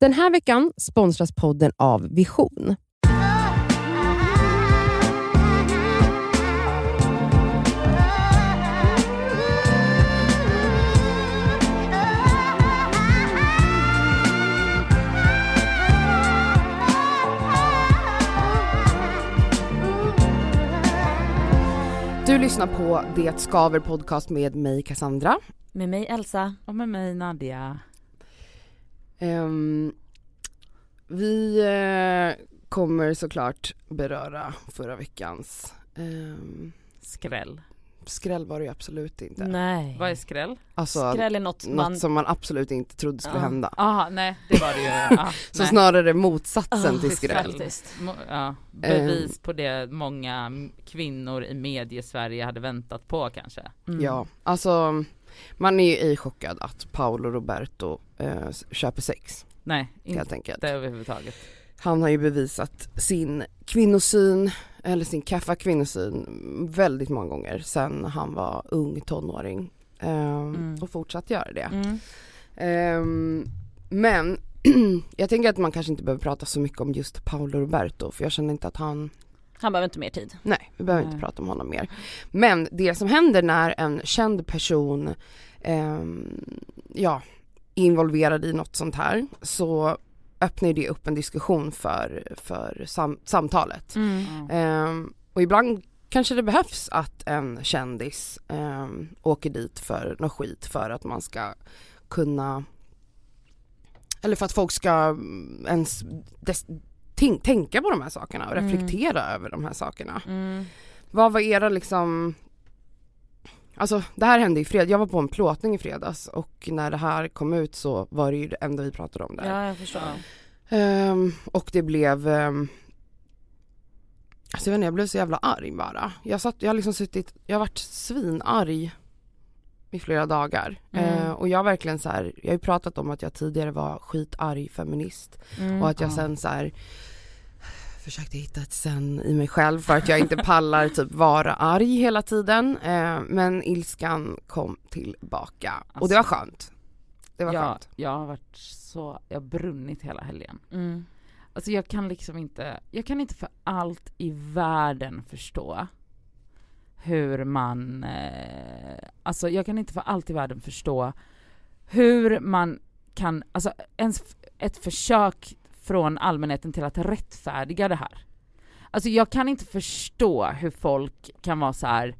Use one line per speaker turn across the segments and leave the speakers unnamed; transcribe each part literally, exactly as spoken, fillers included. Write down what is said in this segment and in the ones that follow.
Den här veckan sponsras podden av Vision. Du lyssnar på Det Skaver podcast med mig Cassandra.
Med mig Elsa.
Och med mig Nadia.
Um, vi uh, kommer såklart beröra förra veckans um,
skräll.
Skräll var det ju absolut inte.
Nej.
Vad är skräll?
Alltså,
skräll är något,
något
man...
som man absolut inte trodde skulle
ja.
hända.
Aha, nej, det var det ju. Ah,
Så
nej.
snarare motsatsen
oh,
till skräll.
Faktiskt.
Ja, bevis um, på det många kvinnor i medie-Sverige hade väntat på kanske.
Mm. Ja, alltså man är ju i chockad att Paolo Roberto eh, köper sex.
Nej,
helt enkelt.
Det överhuvudtaget.
Han har ju bevisat sin kvinnosyn eller sin kaffa kvinnosyn väldigt många gånger sedan han var ung tonåring um, mm. och fortsatt göra det. Mm. Um, men jag tänker att man kanske inte behöver prata så mycket om just Paolo Roberto, för jag känner inte att han
Han behöver inte mer tid.
Nej, vi behöver Nej. inte prata om honom mer. Men det som händer när en känd person um, ja, är involverad i något sånt här, så öppnar det upp en diskussion för, för sam- samtalet. Mm. Um, och ibland kanske det behövs att en kändis um, åker dit för något skit för att man ska kunna, eller för att folk ska ens des- t- tänka på de här sakerna och reflektera mm. över de här sakerna. Mm. Vad var era liksom... Alltså det här hände i fredag. Jag var på en plåtning i fredags och när det här kom ut så var det ju det enda vi pratade om där.
Ja, jag förstår.
Um, och det blev um, alltså jag vet inte, jag blev så jävla arg bara. Jag satt, jag har liksom suttit, jag har varit svinarg i flera dagar. Mm. Uh, och jag har verkligen så här, jag har ju pratat om att jag tidigare var skitarg feminist mm. och att jag ja. sen så här försökte hitta ett sen i mig själv för att jag inte pallar typ vara arg hela tiden. Uh, men ilskan kom tillbaka alltså, och det var skönt. Det var
jag,
skönt.
Jag har varit så, jag har brunnit hela helgen. Mm. Alltså jag kan liksom inte, jag kan inte för allt i världen förstå hur man, eh, alltså jag kan inte för allt i världen förstå hur man kan, alltså ens ett försök från allmänheten till att rättfärdiga det här. Alltså jag kan inte förstå hur folk kan vara så här,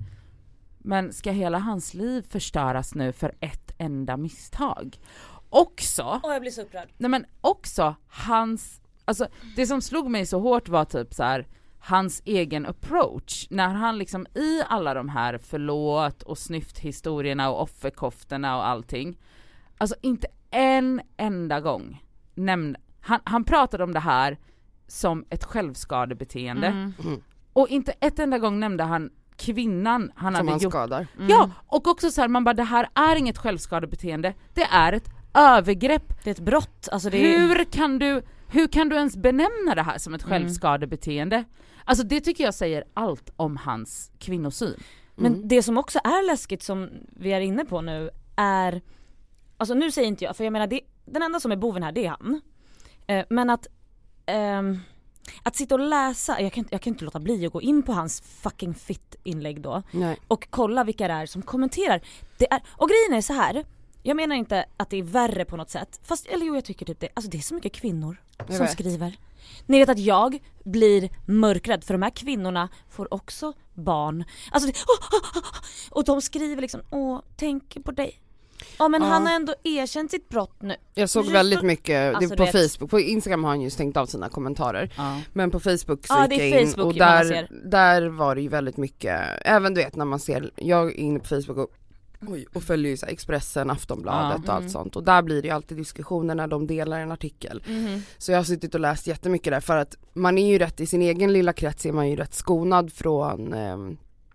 men ska hela hans liv förstöras nu för ett enda misstag? Också...
Åh, jag blir så upprörd.
Nej, men också hans... Alltså, det som slog mig så hårt var typ så här, hans egen approach. När han liksom i alla de här förlåt och snyfthistorierna och offerkoftorna och allting. Alltså inte en enda gång nämnde... Han, han pratade om det här som ett självskadebeteende. Mm. Mm. Och inte ett enda gång nämnde han kvinnan han
som
hade
han
gjort.
skadar.
Mm. Ja, och också så här, man bara, det här är inget självskadebeteende. Det är ett övergrepp.
Det är ett brott. Alltså det är...
hur, kan du, hur kan du ens benämna det här som ett mm. självskadebeteende? Alltså det tycker jag säger allt om hans kvinnosyn.
Men
mm.
det som också är läskigt som vi är inne på nu är, alltså nu säger inte jag, för jag menar det, den enda som är boven här det är han. Eh, men att ehm, att sitta och läsa, jag kan, jag kan inte låta bli att gå in på hans fucking fit-inlägg då. Nej. Och kolla vilka det är som kommenterar. Det är, och grejen är så här, jag menar inte att det är värre på något sätt. Fast, eller jo, jag tycker typ det. Alltså det är så mycket kvinnor jag som vet. skriver. Ni vet att jag blir mörkrädd för de här kvinnorna får också barn. Alltså det, oh, oh, oh, och de skriver liksom, åh, tänker på dig. Ja, men ja. han har ändå erkänt sitt brott nu.
Jag såg väldigt mycket alltså, det på vet. Facebook. På Instagram har han ju stängt av sina kommentarer. Ja. Men på Facebook så
ja,
gick jag in och där, där var det ju väldigt mycket. Även du vet när man ser, jag är inne på Facebook och, oj, och följer ju så här Expressen, Aftonbladet ja. och allt mm. sånt. Och där blir det ju alltid diskussioner när de delar en artikel. Mm. Så jag har suttit och läst jättemycket där för att man är ju rätt i sin egen lilla krets är man ju rätt skonad från... Eh,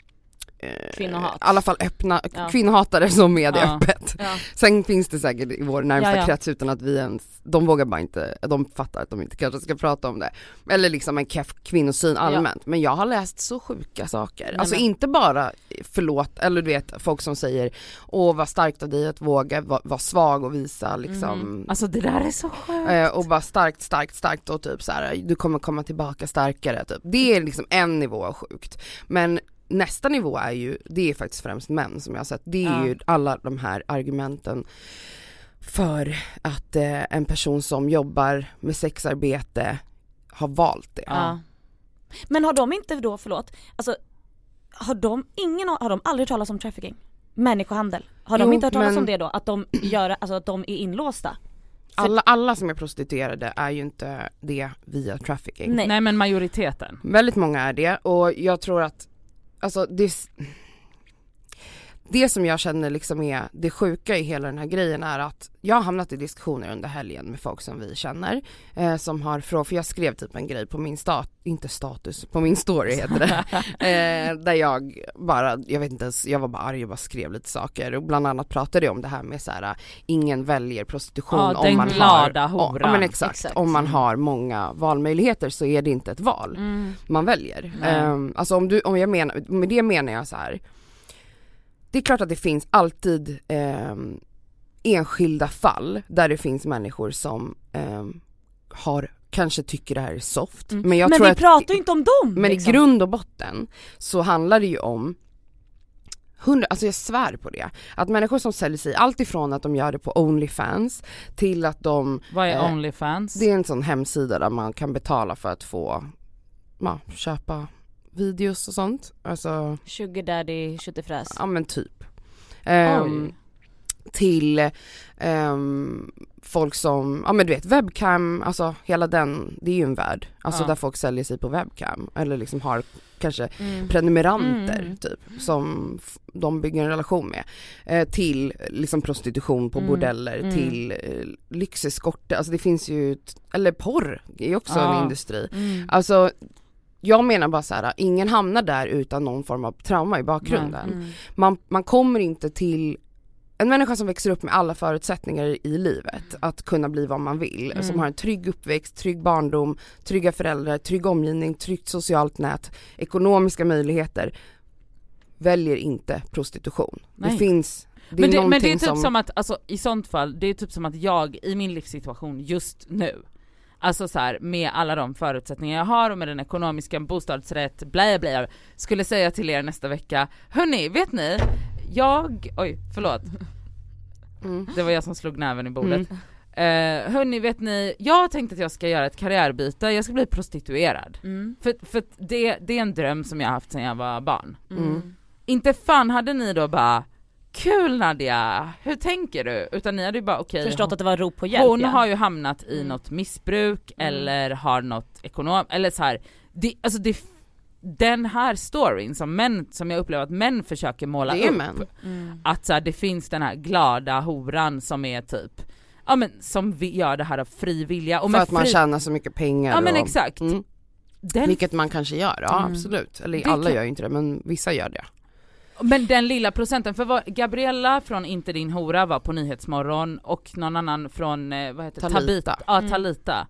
Kvinnohat.
I alla fall öppna,
ja.
kvinnohatare som är det
ja.
öppet.
Ja.
Sen finns det säkert i vår närmsta
ja, ja.
krets utan att vi ens, de vågar bara inte, de fattar att de inte kanske ska prata om det. Eller liksom en keff kvinnosyn allmänt. Ja. Men jag har läst så sjuka saker. Nej, alltså men. Inte bara, förlåt, eller du vet folk som säger, åh vad starkt av dig att våga vara var svag och visa liksom.
Mm. Alltså det där är så sjukt.
Eh, och bara starkt, starkt, starkt och typ så här, du kommer komma tillbaka starkare typ. Det är liksom en nivå av sjukt. Men nästa nivå är ju, det är faktiskt främst män som jag har sett, det är ja. ju alla de här argumenten för att eh, en person som jobbar med sexarbete har valt det.
Ja. Men har de inte då, förlåt, alltså har de, ingen, har de aldrig talat om trafficking? Människohandel? Har de jo, inte hört talas men... om det då? Att de gör, alltså att de är inlåsta? För...
Alla, alla som är prostituerade är ju inte det via trafficking.
Nej, Nej men majoriteten.
Väldigt många är det och jag tror att alltså det, det som jag känner liksom är det sjuka i hela den här grejen är att jag har hamnat i diskussioner under helgen med folk som vi känner eh, som har från, för jag skrev typ en grej på min stat, inte status, på min story heter det eh, där jag bara, jag vet inte ens, jag var bara arg och bara skrev lite saker och bland annat pratade jag om det här med så här, ingen väljer prostitution
ja,
om man
har
om, ja, men exakt, exakt, om man har många valmöjligheter så är det inte ett val mm. man väljer eh, alltså om du, om jag menar, med det menar jag så här. Det är klart att det finns alltid eh, enskilda fall där det finns människor som eh, har kanske tycker det här är soft.
Mm.
Men, jag
men
tror
vi
att,
pratar ju inte om dem.
Men
liksom.
I grund och botten så handlar det ju om hundra, alltså jag svär på det. Att människor som säljer sig, allt ifrån att de gör det på OnlyFans till att de...
Vad är
eh,
OnlyFans?
Det är en sån hemsida där man kan betala för att få ja, köpa videos och sånt. Alltså,
Sugar daddy, köttefräs.
Ja men typ. Um, till um, folk som, ja men du vet webcam, alltså hela den, det är ju en värld. Alltså ja. Där folk säljer sig på webcam. Eller liksom har kanske mm. prenumeranter mm. typ. Som f- de bygger en relation med. Eh, till liksom prostitution på mm. bordeller. Mm. Till eh, lyxeskorter. Alltså det finns ju, t- eller porr är ju också ja. En industri. Mm. Alltså jag menar bara så här, ingen hamnar där utan någon form av trauma i bakgrunden. Mm. Man, man kommer inte till en människa som växer upp med alla förutsättningar i livet att kunna bli vad man vill. Mm. Som har en trygg uppväxt, trygg barndom, trygga föräldrar, trygg omgivning, tryggt socialt nät, ekonomiska möjligheter. Väljer inte prostitution. Nej. Det finns... Det
men, det, men det är typ
som...
som att, alltså i sånt fall, det är typ som att jag i min livssituation just nu, alltså så här, med alla de förutsättningar jag har och med den ekonomiska bostadsrätt, blä blä, skulle säga till er nästa vecka, hörni, vet ni, jag, oj, förlåt. Mm. Det var jag som slog näven i bordet. Mm. Uh, hörni, vet ni, jag tänkte att jag ska göra ett karriärbyte, jag ska bli prostituerad. Mm. För, för det, det är en dröm som jag har haft sedan jag var barn. Mm. Inte fan hade ni då bara, kul Nadia, hur tänker du? Utan ni hade ju bara okej. Okay,
förstått att det var rop på hjälp.
Hon
ja.
har ju hamnat i mm. något missbruk mm. eller har något ekonom eller så här. Det, alltså det, den här storyn som män, som jag upplever att män försöker måla
det är
upp.
Män.
Mm. Att så här, det finns den här glada horan som är typ, ja men som vi gör det här av fri vilja. Och
för att
fri...
man tjänar så mycket pengar.
Ja men
och...
exakt.
Mm. Den... Vilket man kanske gör, ja mm. absolut. Eller det alla kan... gör ju inte det, men vissa gör det.
Men den lilla procenten, för vad, Gabriella från Inte din hora var på Nyhetsmorgon och någon annan från, vad heter
Talita.
Tabita, ja mm. Talita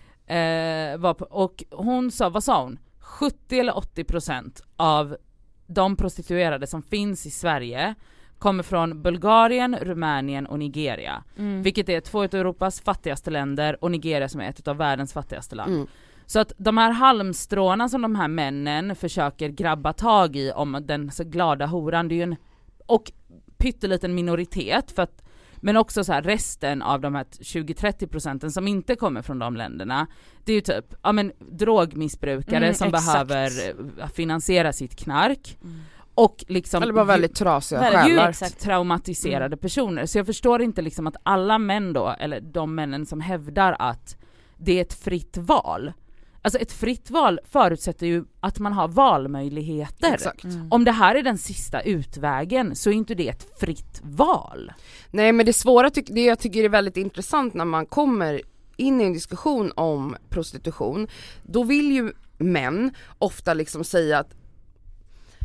eh, var på, och hon sa, vad sa hon? sjuttio eller åttio procent av de prostituerade som finns i Sverige kommer från Bulgarien, Rumänien och Nigeria. Mm. Vilket är två av Europas fattigaste länder och Nigeria som är ett av världens fattigaste land. Mm. Så att de här halmstråna som de här männen försöker grabba tag i om den så glada horan, det är ju en och pytteliten minoritet för att, men också så här resten av de här tjugo till trettio procenten som inte kommer från de länderna, det är ju typ ja men drogmissbrukare mm, som exakt. behöver finansiera sitt knark. Mm. Och liksom
eller bara väldigt trasiga själar,
djupt traumatiserade mm. personer. Så jag förstår inte liksom att alla män då, eller de männen som hävdar att det är ett fritt val. Alltså ett fritt val förutsätter ju att man har valmöjligheter.
Exakt. Mm.
Om det här är den sista utvägen så är inte det ett fritt val.
Nej, men det svåra, ty- det jag tycker är väldigt intressant när man kommer in i en diskussion om prostitution, då vill ju män ofta liksom säga att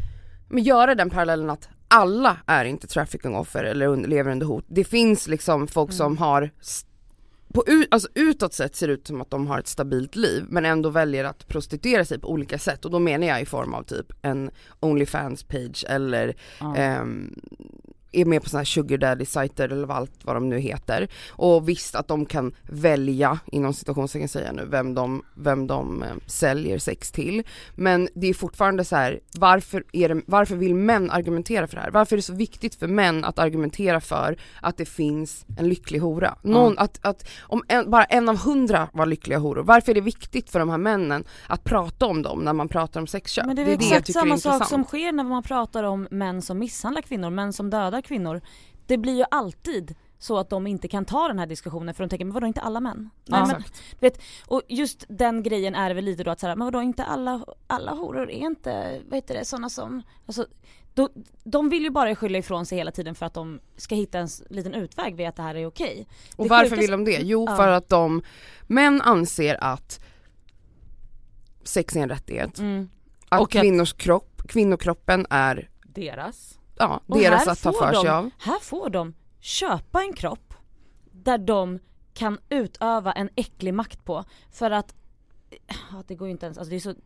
men göra den parallellen att alla är inte trafficking-offer eller under, lever under hot. Det finns liksom folk mm. som har på, alltså utåt sett ser det ut som att de har ett stabilt liv men ändå väljer att prostituera sig på olika sätt, och då menar jag i form av typ en OnlyFans-page eller mm. um, är med på såna här sugar daddy-sajter eller allt vad de nu heter. Och visst att de kan välja, inom situationstecken säga nu, vem de, vem de eh, säljer sex till. Men det är fortfarande så här, varför, är det, varför vill män argumentera för det här? Varför är det så viktigt för män att argumentera för att det finns en lycklig hora? Någon, mm. att, att om en, bara en av hundra var lyckliga horor, varför är det viktigt för de här männen att prata om dem när man pratar om sexköp?
Men det är, det är exakt det samma sak som sker när man pratar om män som misshandlar kvinnor, män som dödar kvinnor. Det blir ju alltid så att de inte kan ta den här diskussionen, för de tänker, men vadå, inte alla män? Nej,
ja.
men, vet, och just den grejen är väl lite då att säga, men vadå, inte alla, alla horor är inte, vad heter det, sådana som, alltså, då, de vill ju bara skylla ifrån sig hela tiden för att de ska hitta en liten utväg vid att det här är okej.
Och
det
varför
sjuka...
vill de det? Jo,
ja.
för att de, män anser att sex är en rättighet. Mm. Att och kvinnors att... kropp, kvinnokroppen är
deras.
Ja, deras att ta för sig av.
Här får de köpa en kropp där de kan utöva en äcklig makt på, för att ja, det går ju inte ens, alltså det är så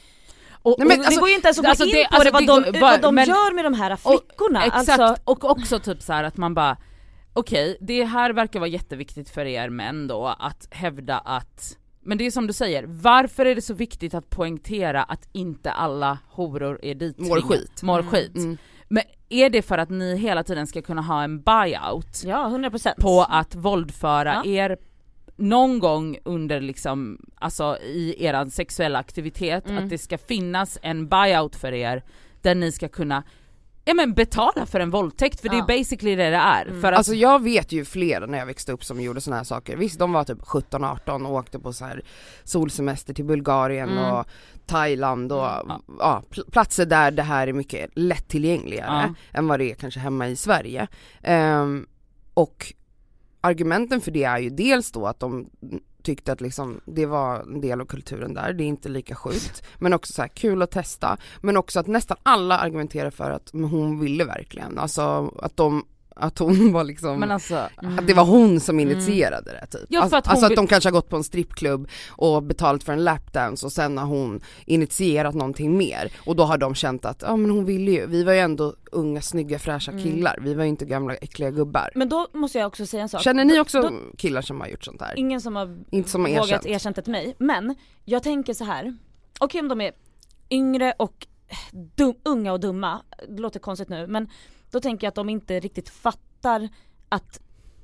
och, Nej, men, och, alltså, det går ju inte ens att alltså, gå in det, på alltså, det, vad det, de, går, vad de men, gör med de här flickorna.
Och, exakt,
alltså.
och också typ så här att man bara okej, okay, det här verkar vara jätteviktigt för er män då att hävda att, men det är som du säger, varför är det så viktigt att poängtera att inte alla horor är dit
mår skit.
Mår skit. Mm. Men är det för att ni hela tiden ska kunna ha en buyout?
Ja, hundra procent.
På att våldföra ja. er någon gång under liksom, alltså i eran sexuella aktivitet, mm. att det ska finnas en buyout för er där ni ska kunna ja, men betala för en våldtäkt, för ja. det är basically det det är. Mm. För att...
Alltså jag vet ju flera när jag växte upp som gjorde såna här saker. Visst, de var typ sjutton arton och åkte på så här solsemester till Bulgarien mm. och Thailand och mm. ja, pl- platser där det här är mycket lättillgängligare ja. än vad det är kanske hemma i Sverige. Um, och argumenten för det är ju dels då att de tyckte att liksom det var en del av kulturen där, det är inte lika sjukt, men också så här kul att testa, men också att nästan alla argumenterar för att men hon ville verkligen, alltså att de att hon var liksom
men alltså, mm.
att det var hon som initierade mm. det typ.
Ja,
alltså,
att,
alltså att
vill...
de kanske har gått på en strippklubb och betalat för en lapdance och sen har hon initierat någonting mer och då har de känt att ja men hon ville ju, vi var ju ändå unga snygga fräscha killar, mm. vi var ju inte gamla äckliga gubbar.
Men då måste jag också säga en sak.
Känner ni också
då,
killar som har gjort sånt här?
Ingen som har,
inte som har
vågat
erkänt.
erkänt det till mig, men jag tänker så här. Okej, okay, om de är yngre och dum, unga och dumma, det låter konstigt nu, men då tänker jag att de inte riktigt fattar att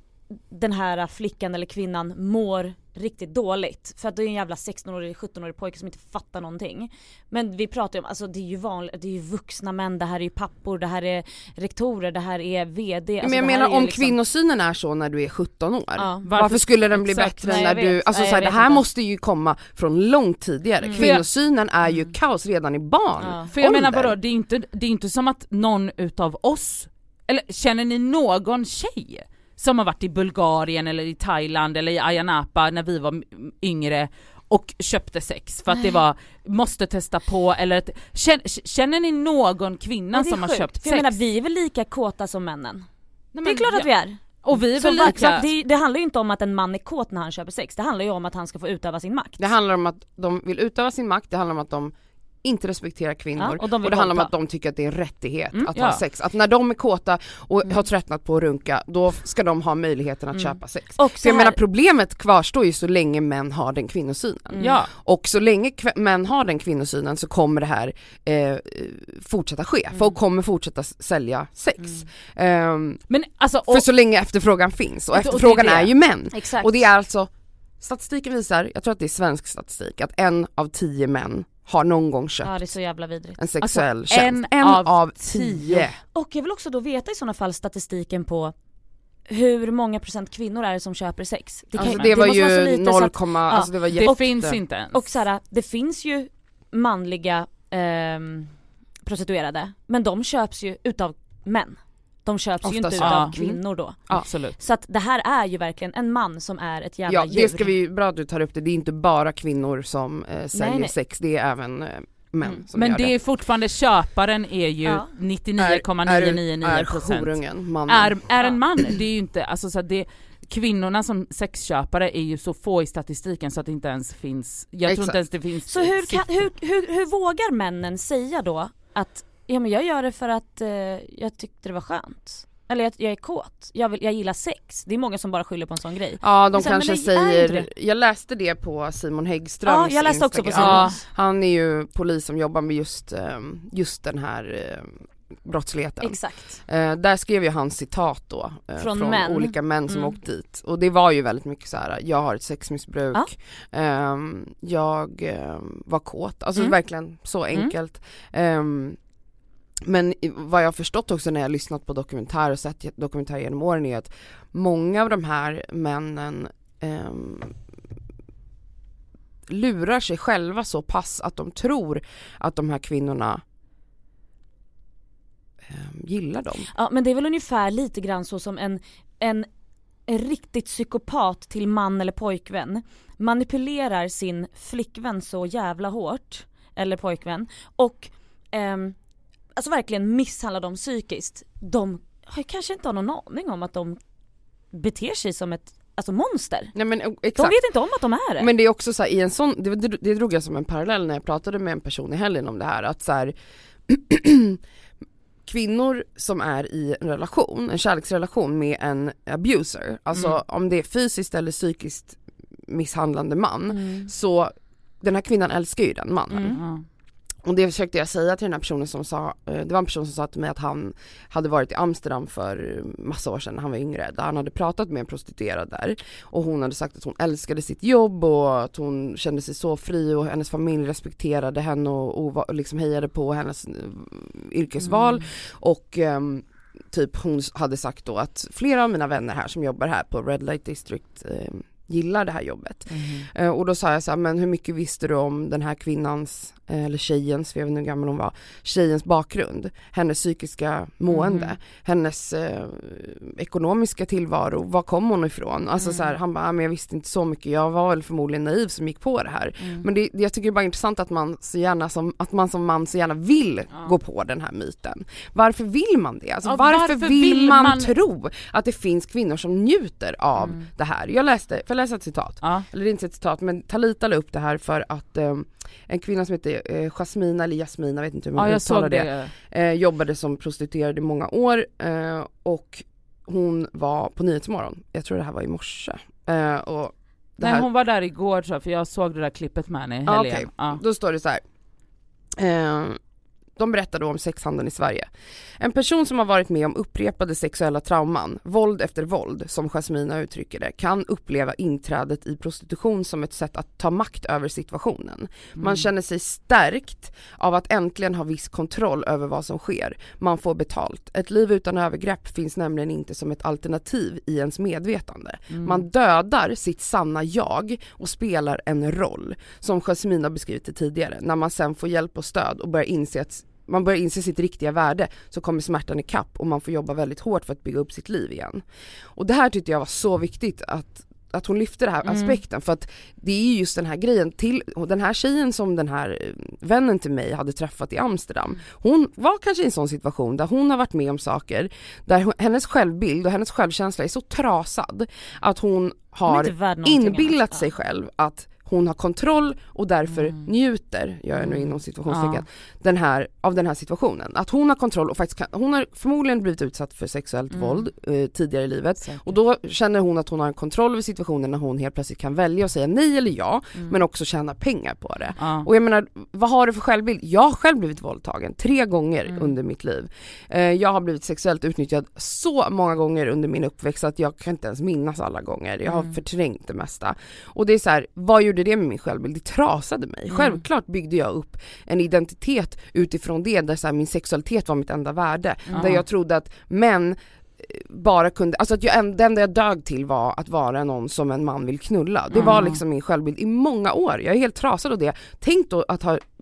den här flickan eller kvinnan mår riktigt dåligt. För att det är en jävla sexton-årig, sjutton-årig pojke som inte fattar någonting. Men vi pratar ju om, alltså det är ju vanligt, det är ju vuxna män, det här är ju pappor, det här är rektorer, det här är vd. Alltså
men jag menar om liksom... kvinnosynen är så när du är sjutton år. Ja. Varför, Varför skulle den bli
exakt.
bättre
Nej,
när du, alltså
Nej,
så här, det här
inte.
måste ju komma från långt tidigare. Mm. Kvinnosynen är ju mm. kaos redan i barn.
Ja.
För jag Ålder. menar bara, det är inte det är inte som att någon utav oss, eller känner ni någon tjej som har varit i Bulgarien eller i Thailand eller i Ayia Napa när vi var yngre och köpte sex för att det var måste testa på, eller ett, känner, känner ni någon kvinna som
sjukt,
har köpt
för
sex?
Jag menar, vi är väl lika kåta som männen. Nej, men, det är klart
ja.
att vi är.
Och vi är väl
så,
lika...
så det, det handlar ju inte om att en man är kåt när han köper sex. Det handlar ju om att han ska få utöva sin makt.
Det handlar om att de vill utöva sin makt. Det handlar om att de inte respekterar kvinnor.
Ja, och, de
och det handlar om att de tycker att det är en rättighet mm, att
ja.
ha sex. Att när de är kåta och
mm.
har tröttnat på att runka, då ska de ha möjligheten att mm. köpa sex.
Och
För jag menar, problemet kvarstår ju så länge män har den kvinnosynen.
Mm.
Ja.
Och så länge kv- män har den kvinnosynen så kommer det här eh, fortsätta ske. Mm. Folk kommer fortsätta sälja sex. Mm. Um,
Men, alltså, och,
för så länge efterfrågan finns. Och,
och
efterfrågan
det är, det.
är ju män.
Exakt.
Och det är alltså, statistiken visar, jag tror att det är svensk statistik, att en av tio män har någon gång köpt
ja, det är så jävla vidrigt.
en sexuell
alltså,
tjänst.
En,
en
av,
av tio.
Och jag vill också då veta i sådana fall statistiken på hur många procent kvinnor är det som köper sex.
Det, kan, alltså, det, det var ju noll, att,
ja,
alltså det var
det
jätte...
finns inte ens.
Och såhär, det finns ju manliga eh, prostituerade, men de köps ju utav män. De köps Oftast, ju inte utav ja. kvinnor då.
Ja, absolut.
Så att det här är ju verkligen en man som är ett jävla
ja,
djur.
det ska vi, bra att du tar upp det. Det är inte bara kvinnor som eh, säljer
nej, nej.
sex. Det är även eh, män
Mm.
som
Men
gör
det
det.
är fortfarande, köparen är ju
Ja.
nittionio komma nio nio nio procent.
Är horungen mannen.
Är, är en
Ja.
man, det är ju inte, alltså så att det, kvinnorna som sexköpare är ju så få i statistiken så att det inte ens finns, jag tror
Exakt.
inte ens det finns.
Så hur, kan, hur, hur, hur vågar männen säga då att ja, men jag gör det för att eh, jag tyckte det var skönt? Eller jag, jag är kåt, jag, vill, jag gillar sex. Det är många som bara skyller på en sån grej.
Ja, de
Men sen,
kanske
men det är
säger,
inte
jag läste det på Simon Häggströms
Ja, jag läste också på
Instagram.
Simons.
Ja, han är ju polis som jobbar med just, ehm, just den här eh, brottsligheten.
Exakt.
Eh, där skrev ju han citat då eh,
Från
från,
män.
olika män som
Mm.
åkt dit. Och det var ju väldigt mycket så här: jag har ett sexmissbruk,
Ja.
ehm, jag ehm, var kåt. Alltså
Mm.
verkligen så enkelt. Ehm, men i- vad jag har förstått också när jag har lyssnat på dokumentär och sett dokumentär genom åren är att många av de här männen ehm, lurar sig själva så pass att de tror att de här kvinnorna ehm, gillar dem.
Ja, men det är väl ungefär lite grann så som en, en, en riktigt psykopat till man eller pojkvän manipulerar sin flickvän så jävla hårt, eller pojkvän, och ehm, alltså verkligen misshandlar dem psykiskt. De har kanske inte har någon aning om att de beter sig som ett alltså monster.
Nej, men, eh,
De
exakt.
vet inte om att de är det.
Men det är också så här, i en sån, det, det, det drog jag som en parallell när jag pratade med en person i helgen om det här, att så här, kvinnor som är i en relation, en kärleksrelation med en abuser, alltså
Mm.
om det är fysiskt eller psykiskt misshandlande man,
Mm.
så den här kvinnan älskar ju den mannen.
Mm.
Ja.
Och det försökte jag säga till den här personen som sa, eh, det var en person som sa till mig att han hade varit i Amsterdam för massa år sedan när han var yngre, där han hade pratat med en prostituerad där, och hon hade sagt att hon älskade sitt jobb och att hon kände sig så fri och hennes familj respekterade henne och, och, och liksom hejade på hennes eh, yrkesval.
Mm.
Och ehm, typ hon hade sagt då att flera av mina vänner här som jobbar här på Red Light District eh, gillar det här jobbet.
Mm.
Eh, och då sa jag så här, men hur mycket visste du om den här kvinnans, eh, eller tjejens, för jag vet inte hur gammal hon var, tjejens bakgrund, hennes psykiska mående,
Mm.
hennes eh, ekonomiska tillvaro, var kom hon ifrån? Alltså
Mm.
så här, han bara, ah, men jag visste inte så mycket, jag var väl förmodligen naiv som gick på det här.
Mm.
Men det, jag tycker det är bara intressant att man så gärna som, att man som man så gärna vill
Ja.
gå på den här myten. Varför vill man det? Alltså,
Ja,
varför,
varför
vill,
vill
man,
man-
tro att det finns kvinnor som njuter av
Mm.
det här? Jag läste, får jag läsa ett citat?
Ja.
Eller det är inte ett citat, men Talita la upp det här för att eh, en kvinna som heter eh, Jasmina eller Jasmina, vet inte hur man
Ja, jag
uttalar
såg
det,
det.
Eh, jobbade som prostituerad i många år eh, och hon var på Nyhetsmorgon, jag tror det här var i morse. Eh, och det
Nej,
här,
hon var där igår tror jag, för jag såg det där klippet med henne i
Ja,
helgen.
okej.
Ja.
Då står det så här. Eh, de berättar då om sexhandeln i Sverige. En person som har varit med om upprepade sexuella trauman, våld efter våld, som Jasmina uttrycker det, kan uppleva inträdet i prostitution som ett sätt att ta makt över situationen. Man
Mm.
känner sig stärkt av att äntligen ha viss kontroll över vad som sker. Man får betalt. Ett liv utan övergrepp finns nämligen inte som ett alternativ i ens medvetande.
Mm.
Man dödar sitt sanna jag och spelar en roll, som Jasmina beskrivit det tidigare. När man sen får hjälp och stöd och börjar inse att man börjar inse sitt riktiga värde, så kommer smärtan i kapp och man får jobba väldigt hårt för att bygga upp sitt liv igen. Och det här tyckte jag var så viktigt att att hon lyfte den här
Mm.
aspekten, för att det är just den här grejen till, och den här tjejen som den här vännen till mig hade träffat i Amsterdam, hon var kanske i en sån situation där hon har varit med om saker där hennes självbild och hennes självkänsla är så trasad att hon
Hon är
har
inte värd någonting
inbillat
annat.
sig själv att hon har kontroll och därför
Mm.
njuter, gör jag nu
Mm.
inom situationstecken,
Ja.
den här, av den här situationen. Att hon har kontroll och faktiskt kan, hon har förmodligen blivit utsatt för sexuellt
Mm.
våld eh, tidigare i livet.
Säkert.
Och då känner hon att hon har en kontroll över situationen när hon helt plötsligt kan välja och säga nej eller ja,
Mm.
men också tjäna pengar på det.
Ja.
Och jag menar, vad har du för självbild? Jag har själv blivit våldtagen tre gånger
Mm.
under mitt liv. Eh, jag har blivit sexuellt utnyttjad så många gånger under min uppväxt att jag kan inte ens minnas alla gånger. Jag har
Mm.
förträngt det mesta. Och det är så här, vad gjorde det med min självbild? Det trasade mig.
Mm.
Självklart byggde jag upp en identitet utifrån det, där så här, min sexualitet var mitt enda värde.
Ja.
Där jag trodde att män bara kunde, alltså att jag, det enda jag dög till var att vara någon som en man vill knulla. Det var
Ja.
liksom min självbild i många år. Jag är helt trasad av det. Tänk då att ha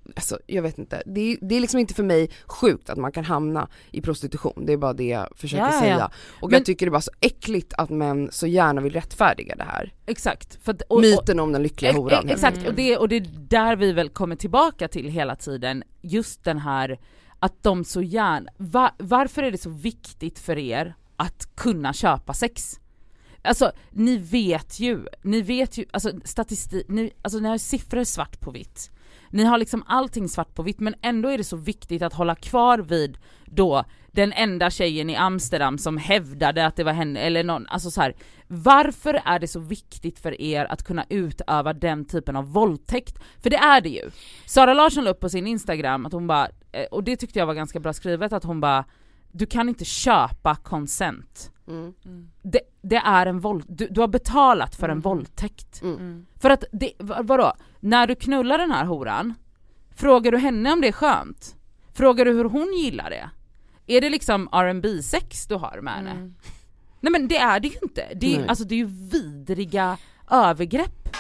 alltså jag vet inte, det är, det är liksom inte för mig sjukt att man kan hamna i prostitution, det är bara det jag försöker
ja, ja,
säga
ja.
och
Men,
jag tycker det är bara så äckligt att män så gärna vill rättfärdiga det här.
Exakt. För att, och,
myten om den lyckliga horan.
E- exakt,
Mm.
och det, och det är där vi väl kommer tillbaka till hela tiden, just den här att de så gärna, va, varför är det så viktigt för er att kunna köpa sex? Alltså ni vet ju, ni vet ju, alltså statistik, ni, alltså ni har siffror svart på vitt. Ni har liksom allting svart på vitt, men ändå är det så viktigt att hålla kvar vid då den enda tjejen i Amsterdam som hävdade att det var henne, eller någon, alltså så här, varför är det så viktigt för er att kunna utöva den typen av våldtäkt? För det är det ju. Sara Larsson la upp på sin Instagram att hon bara, och det tyckte jag var ganska bra skrivet, att hon bara, du kan inte köpa consent.
Mm.
Mm.
Det, det är en våld, du, du har betalat för en
Mm.
våldtäkt.
Mm.
Mm.
För att, det, vadå? När du knullar den här horan, frågar du henne om det är skönt? Frågar du hur hon gillar det? Är det liksom R and B-sex du har med henne?
Mm.
Nej men det är det ju inte. Det är, alltså, det är ju vidriga övergrepp.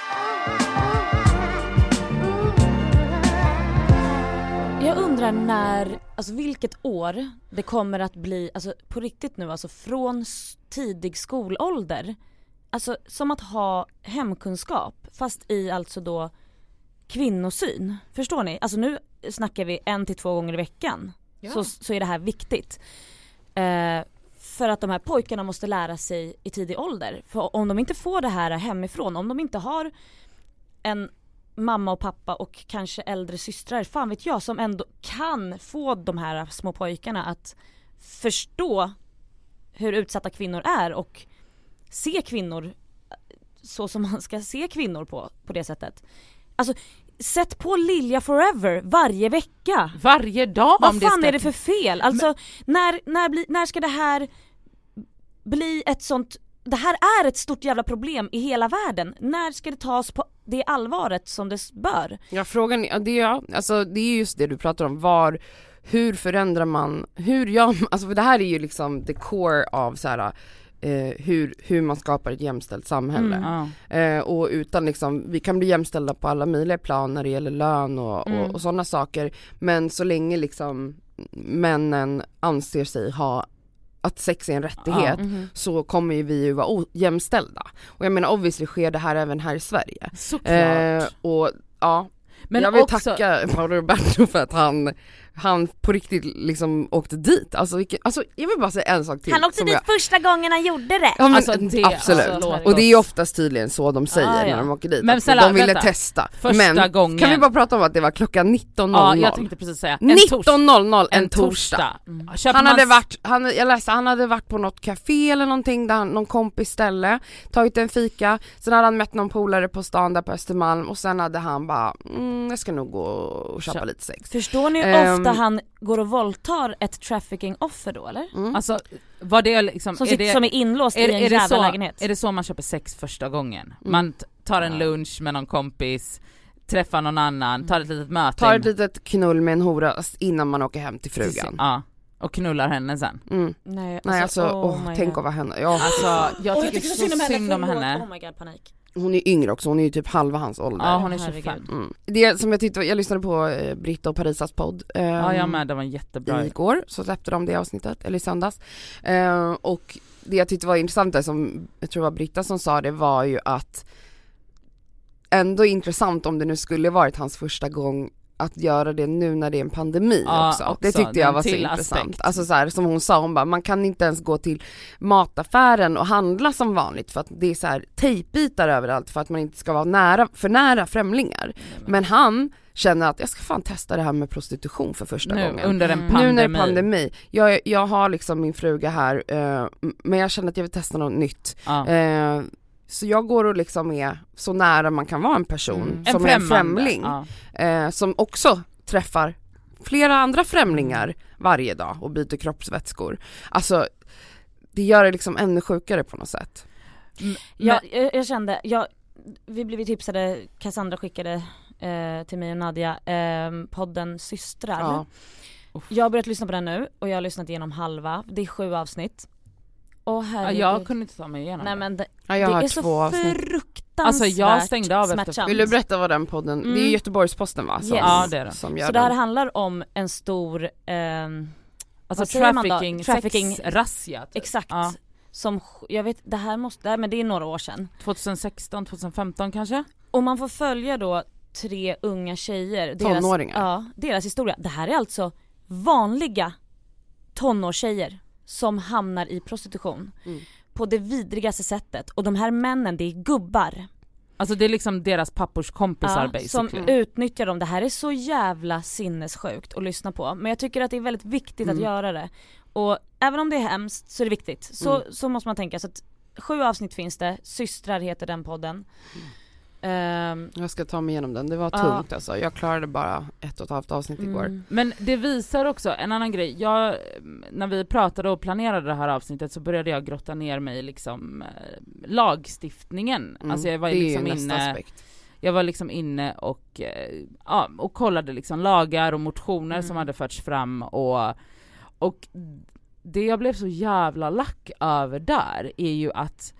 Jag undrar när, alltså vilket år det kommer att bli, alltså på riktigt nu, alltså från tidig skolålder, alltså som att ha hemkunskap fast i alltså då kvinnosyn, förstår ni? Alltså nu snackar vi en till två gånger i veckan,
Ja.
så, så är det här viktigt. Eh, för att de här pojkarna måste lära sig i tidig ålder, för om de inte får det här hemifrån, om de inte har en mamma och pappa och kanske äldre systrar, fan vet jag, som ändå kan få de här små pojkarna att förstå hur utsatta kvinnor är och se kvinnor så som man ska se kvinnor på, på det sättet. Alltså, sätt på Lilja Forever varje vecka.
Varje dag.
Vad
om
fan
det ska...
är det för fel? Alltså, Men... när, när, bli, när ska det här bli ett sånt... Det här är ett stort jävla problem i hela världen. När ska det tas på det allvaret som det bör?
Ja, frågan är, det, ja, alltså, det är just det du pratar om. Var, hur förändrar man, hur gör man, alltså för det här är ju liksom the core av så här, eh, hur, hur man skapar ett jämställt samhälle.
Mm.
Eh, och utan liksom, vi kan bli jämställda på alla möjliga plan när det gäller lön och,
Mm.
och, och sådana saker. Men så länge liksom männen anser sig ha att sex är en rättighet,
Ja.
Mm-hmm.
så kommer ju vi ju vara ojämställda. Och jag menar, obviously sker det här även här i Sverige.
Såklart.
Eh, och ja,
Men
jag vill
också...
tacka Paolo Roberto för att han, han på riktigt liksom åkte dit. Alltså, vilken, alltså jag vill bara säga en sak till.
Han åkte
som
dit
jag,
första gången han gjorde det.
ja, men,
Alltså, det-
absolut.
alltså,
och det är ju oftast tydligen så de säger
Ah, ja.
när de åker dit.
Men
att
snälla,
de ville
vänta.
testa.
Första
Men
gången.
kan vi bara prata om att det var klockan nitton noll
Ja,
noll.
jag tänkte precis säga. En
nitton noll noll en,
en
torsdag.
torsdag. Mm. Köper
Han
man
hade
s-
varit, han, jag läste, han hade varit på något café eller någonting där han, någon kompis ställe, tagit en fika, sen hade han mött någon polare på stan där på Östermalm och sen hade han bara, mm, jag ska nog gå och köpa
Köp.
lite sex.
Förstår ni hur
Ehm.
ofta han går och våldtar ett trafficking-offer då, eller?
Mm.
Alltså, vad det liksom...
Som,
är
sitter,
det,
som är inlåst
är,
i en
är, det
jävla
så,
lägenhet.
är det så man köper sex första gången?
Mm.
Man t- tar en
Ja.
lunch med någon kompis, träffar någon annan, tar ett litet möte.
Tar ett litet knull med en hora innan man åker hem till
Precis,
frugan.
Ja, och knullar henne sen.
Mm.
Nej, alltså,
Nej alltså,
oh
åh,
my
tänk
God.
att vara henne. Ja.
Alltså, jag
Åh,
tycker, så synd om henne.
förlåt. Oh my God, panik.
Hon är yngre också, hon är ju typ halva hans ålder.
Ja, hon är
Herregud.
tjugofem.
Mm. Det som jag tyckte, jag lyssnade på eh, Britta och Parisas podd eh,
Ja, jag med, det var jättebra.
igår, så släppte de det avsnittet, eller i söndags. Eh, och det jag tyckte var intressant, där, som jag tror det var Britta som sa det, var ju att ändå intressant om det nu skulle varit hans första gång att göra det nu när det är en pandemi
Ja,
också.
också.
Det tyckte
Det är
jag
en
var så
till
intressant.
aspekt.
Alltså så här, som hon sa, hon bara, man kan inte ens gå till mataffären och handla som vanligt för att det är så här tejpbitar överallt för att man inte ska vara nära, för nära främlingar. Men han känner att jag ska fan testa det här med prostitution för första
Nu,
gången.
under en
Mm.
pandemi.
Nu när det är pandemi. Jag, jag har liksom min fruga här, eh, men jag känner att jag vill testa något nytt.
Ja.
Eh, så jag går och liksom är så nära man kan vara en person
Mm.
som
en
är en
främmande.
främling.
Ja.
Eh, som också träffar flera andra främlingar varje dag och byter kroppsvätskor. Alltså det gör det liksom ännu sjukare på något sätt.
Men,
Jag, jag, jag kände, jag, vi blev tipsade, Cassandra skickade eh, till mig och Nadia eh, podden Systrar.
Ja.
Jag har börjat lyssna på den nu och jag har lyssnat igenom halva, det är sju avsnitt. Åh, herregud.
Ja, jag kunde inte ta mig igenom.
Nej, men det,
Ja, jag
det
har
är
två
så
avsnitt.
fruktansvärt
Alltså, jag stängde av efter-
smärtsamt.
Vill du berätta vad den podden,
Mm.
det är Göteborgs-Posten va? Som,
Yes.
Ja, det är det.
som gör
Så det här
den.
handlar om en stor ehm,
Alltså
vad säger man då?
trafficking,
Trafficking.
sexrazzia. Typ.
exakt
Ja.
som, jag vet, det här måste, det här, men det är några år sedan.
tjugohundrasexton, tjugohundrafemton kanske?
Och man får följa då tre unga tjejer.
Tonåringar.
Deras, ja, deras historia. Det här är alltså vanliga tonårstjejer som hamnar i prostitution.
Mm.
På det vidrigaste sättet. Och de här männen, det är gubbar.
Alltså det är liksom deras pappors kompisar
Ja, som
basically.
utnyttjar dem. Det här är så jävla sinnessjukt att lyssna på. Men jag tycker att det är väldigt viktigt
Mm.
att göra det. Och även om det är hemskt så är det viktigt. Så,
Mm.
så måste man tänka. Så att sju avsnitt finns det. Systrar heter den podden. Ehm,
Jag ska ta mig igenom den, det var
Ja.
tungt alltså. Jag klarade bara ett och ett halvt avsnitt igår.
mm.
Men det visar också en annan grej. Jag, när vi pratade och planerade det här avsnittet så började jag grotta ner mig i liksom, eh, lagstiftningen.
Mm.
Alltså jag var
det är
liksom
ju nästa
inne,
aspekt.
jag var liksom inne och, eh, ja, och kollade liksom lagar och motioner
Mm.
som hade förts fram och, och det jag blev så jävla lack över där är ju att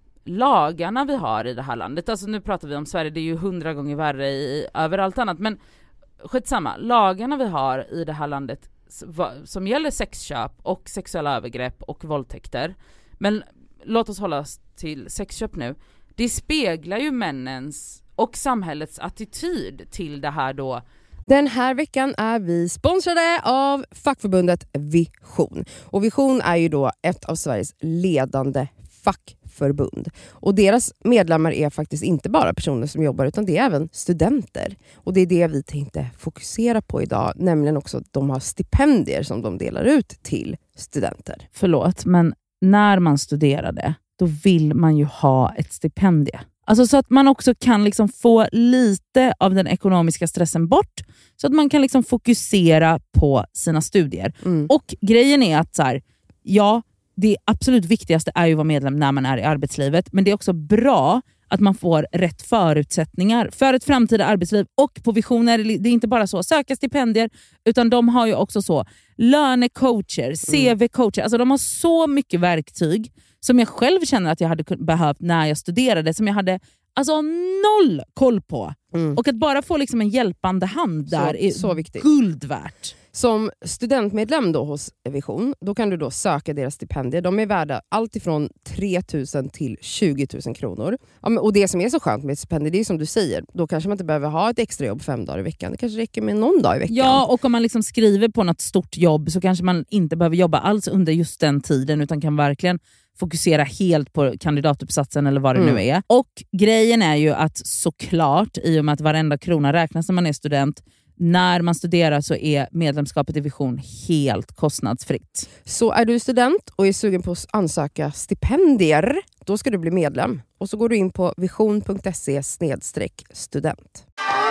lagarna vi har i det här landet, alltså nu pratar vi om Sverige, det är ju hundra gånger värre i överallt annat, men skitsamma, lagarna vi har i det här landet som gäller sexköp och sexuella övergrepp och våldtäkter, men låt oss hålla oss till sexköp nu, det speglar ju männens och samhällets attityd till det här då.
Den här veckan är vi sponsrade av fackförbundet Vision. Och Vision är ju då ett av Sveriges ledande fackförbund. Och deras medlemmar är faktiskt inte bara personer som jobbar utan det är även studenter. Och det är det vi tänkte fokusera på idag. Nämligen också att de har stipendier som de delar ut till studenter.
Förlåt, men när man studerade då vill man ju ha ett stipendie. Alltså så att man också kan liksom få lite av den ekonomiska stressen bort. Så att man kan liksom fokusera på sina studier.
Mm.
Och grejen är att så här, ja, det absolut viktigaste är ju att vara medlem när man är i arbetslivet. Men det är också bra att man får rätt förutsättningar för ett framtida arbetsliv. Och på Vision är det, det är inte bara så söka stipendier, utan de har ju också så lönecoacher, C V-coacher. Alltså de har så mycket verktyg som jag själv känner att jag hade behövt när jag studerade, som jag hade alltså noll koll på.
Mm.
Och att bara få liksom en hjälpande hand där
Så-
är
så viktigt.
guld värt.
Som studentmedlem då hos Vision, då kan du då söka deras stipendier. De är värda allt ifrån tre tusen till tjugo tusen kronor. Ja, men, och det som är så skönt med ett stipendium, det är som du säger, då kanske man inte behöver ha ett extra jobb fem dagar i veckan. Det kanske räcker med någon dag i veckan.
Ja, och om man liksom skriver på något stort jobb så kanske man inte behöver jobba alls under just den tiden, utan kan verkligen fokusera helt på kandidatuppsatsen eller vad det
Mm.
nu är. Och grejen är ju att såklart, i och med att varenda krona räknas när man är student, när man studerar så är medlemskapet i Vision helt kostnadsfritt.
Så är du student och är sugen på att ansöka stipendier, då ska du bli medlem. Och så går du in på vision punkt se snedstreck student.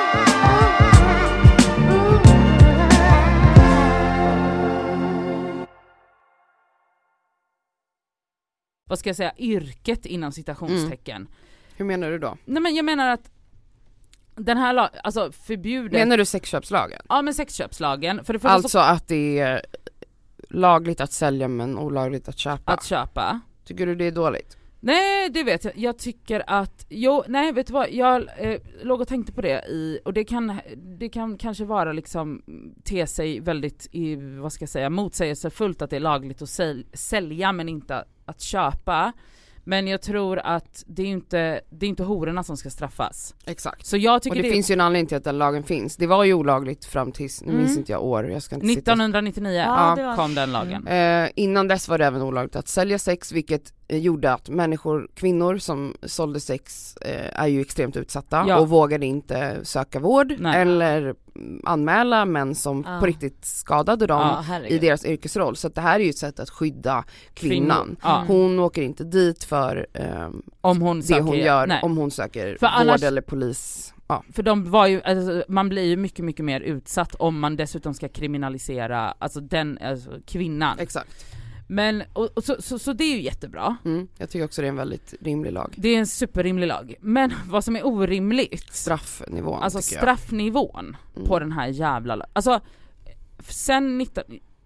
Vad ska jag säga? Yrket inom citationstecken.
Mm. Hur menar du då?
Nej, men jag menar att den här lag, alltså förbjudet...
Menar du sexköpslagen?
Ja, men sexköpslagen. För det första
Alltså
så,
att det är lagligt att sälja men olagligt att köpa.
att köpa.
Tycker du det är dåligt?
Nej, det vet jag. Jag tycker att, jo, nej vet du vad, jag eh, låg och tänkte på det i, och det kan, det kan kanske vara liksom, te sig väldigt, i, vad ska jag säga, motsägelsefullt att det är lagligt att säl, sälja men inte att köpa. Men jag tror att det är inte, det är inte hororna som ska straffas.
Exakt.
Så jag tycker
Och det,
det
finns ju en anledning till att den lagen finns. Det var ju olagligt fram tills, nu
Mm.
minns inte jag år, jag ska inte sitta.
nittonhundranittio
Ja, det var-
kom den lagen.
Eh, innan dess var det även olagligt att sälja sex, vilket eh, gjorde att människor, kvinnor som sålde sex eh, är ju extremt utsatta
Ja.
och vågade inte söka vård
Nej.
eller mm, anmäla män som
Ah.
på riktigt skadade dem
Ja,
i
herregud.
deras yrkesroll. Så att det här är ju ett sätt att skydda kvinnan.
Kvinnor. Ja.
Hon åker inte dit för ehm,
Om hon
det
söker,
hon gör,
nej.
om hon söker
För
vård
annars-
eller polis. Ja.
För de var ju, alltså, man blir ju mycket mycket mer utsatt om man dessutom ska kriminalisera alltså den, alltså, kvinnan.
Exakt.
Men, och, och så, så, så det är ju jättebra.
Mm. Jag tycker också det är en väldigt rimlig lag.
Det är en superrimlig lag. Men vad som är orimligt,
Straffnivån
alltså
tycker jag.
straffnivån
Mm.
på den här jävla, alltså sen nitton,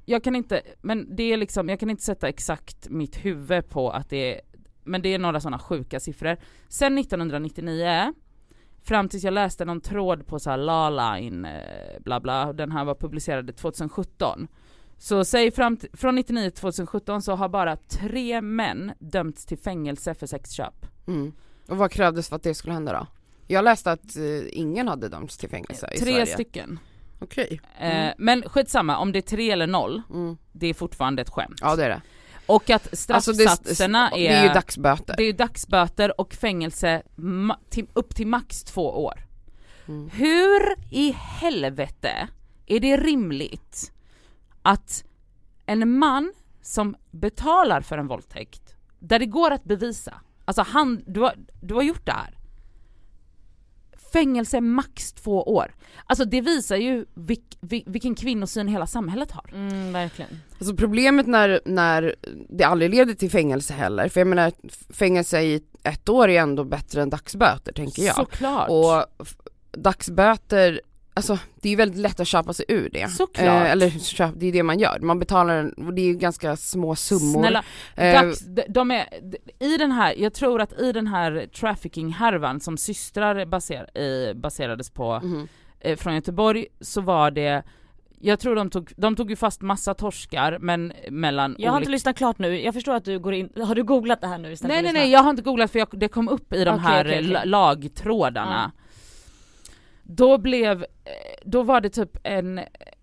jag kan inte, men det är liksom, jag kan inte sätta exakt mitt huvud på att det är, men det är några sådana sjuka siffror. Sen nittonhundranittionio, fram tills jag läste någon tråd på så här Lawline, eh, bla bla, den här var publicerad tjugosjutton. Så säg fram t- från nittionio till tjugosjutton så har bara tre män dömts till fängelse för sexköp.
Mm. Och vad krävdes för att det skulle hända då? Jag läste att eh, ingen hade dömts till fängelse i
Tre
Sverige.
stycken.
Okej. Mm.
Eh, men skitsamma, om det är tre eller noll,
Mm.
det är fortfarande ett skämt.
Ja, det är det.
Och att straffsatserna
alltså det,
är...
det är ju dagsböter.
Det är dagsböter och fängelse ma- till, upp till max två år.
Mm.
Hur i helvete är det rimligt att en man som betalar för en våldtäkt, där det går att bevisa, alltså han, du har, du har gjort det här, fängelse max två år. Alltså det visar ju vilk, vil, vilken kvinnosyn hela samhället har.
Mm, verkligen.
Alltså problemet när, när det aldrig leder till fängelse heller, för jag menar fängelse i ett år är ändå bättre än dagsböter, tänker jag.
Såklart.
Och f- dagsböter, alltså det är ju väldigt lätt att köpa sig ur det.
Såklart.
Eh, eller köp, det är det man gör. Man betalar, och det är ju ganska små summor.
Snälla,
Eh,
dags, de, de är, i den här, jag tror att i den här trafficking-härvan som systrar baser, eh, baserades på
mhm.
eh, från Göteborg, så var det, jag tror de tog, de tog ju fast massa torskar, men mellan
Jag har
olika...
inte lyssnat klart nu, jag förstår att du går in, har du googlat det här nu istället
Nej
för
nej
att
nej,
lyssna?
jag har inte googlat för jag, det kom upp i de
Okej,
här
okej, okej.
la- lagtrådarna. Då blev, eh, då var det typ en,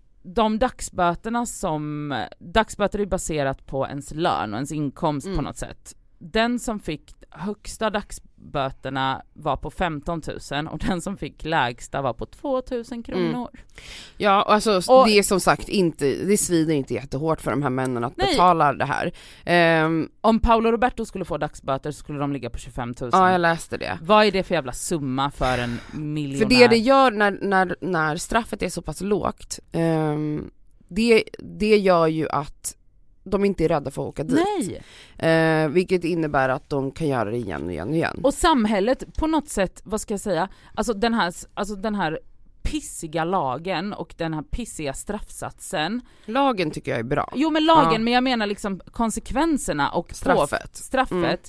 de dagsböterna som, dagsböter är baserat på ens lön och ens inkomst
Mm.
på något sätt. Den som fick högsta dagsböterna var på femton tusen och den som fick lägsta var på två tusen kronor.
Ja, alltså
Och-
det är som sagt inte, det svider inte jättehårt för de här männen att
Nej.
betala det här. Ehm,
Om Paolo Roberto skulle få dagsböter så skulle de ligga på tjugofem tusen.
ja, jag läste det.
Vad är det för jävla summa för en miljonär?
För det det gör när, när, när straffet är så pass lågt, ehm, det, det gör ju att de inte är rädda för att åka dit.
Nej!
Eh, vilket innebär att de kan göra det igen och igen och igen.
Och samhället på något sätt, vad ska jag säga, alltså den här, alltså den här pissiga lagen och den här pissiga straffsatsen.
Lagen tycker jag är bra.
Jo men lagen,
Ja.
men jag menar liksom konsekvenserna och
Straffet.
På, straffet.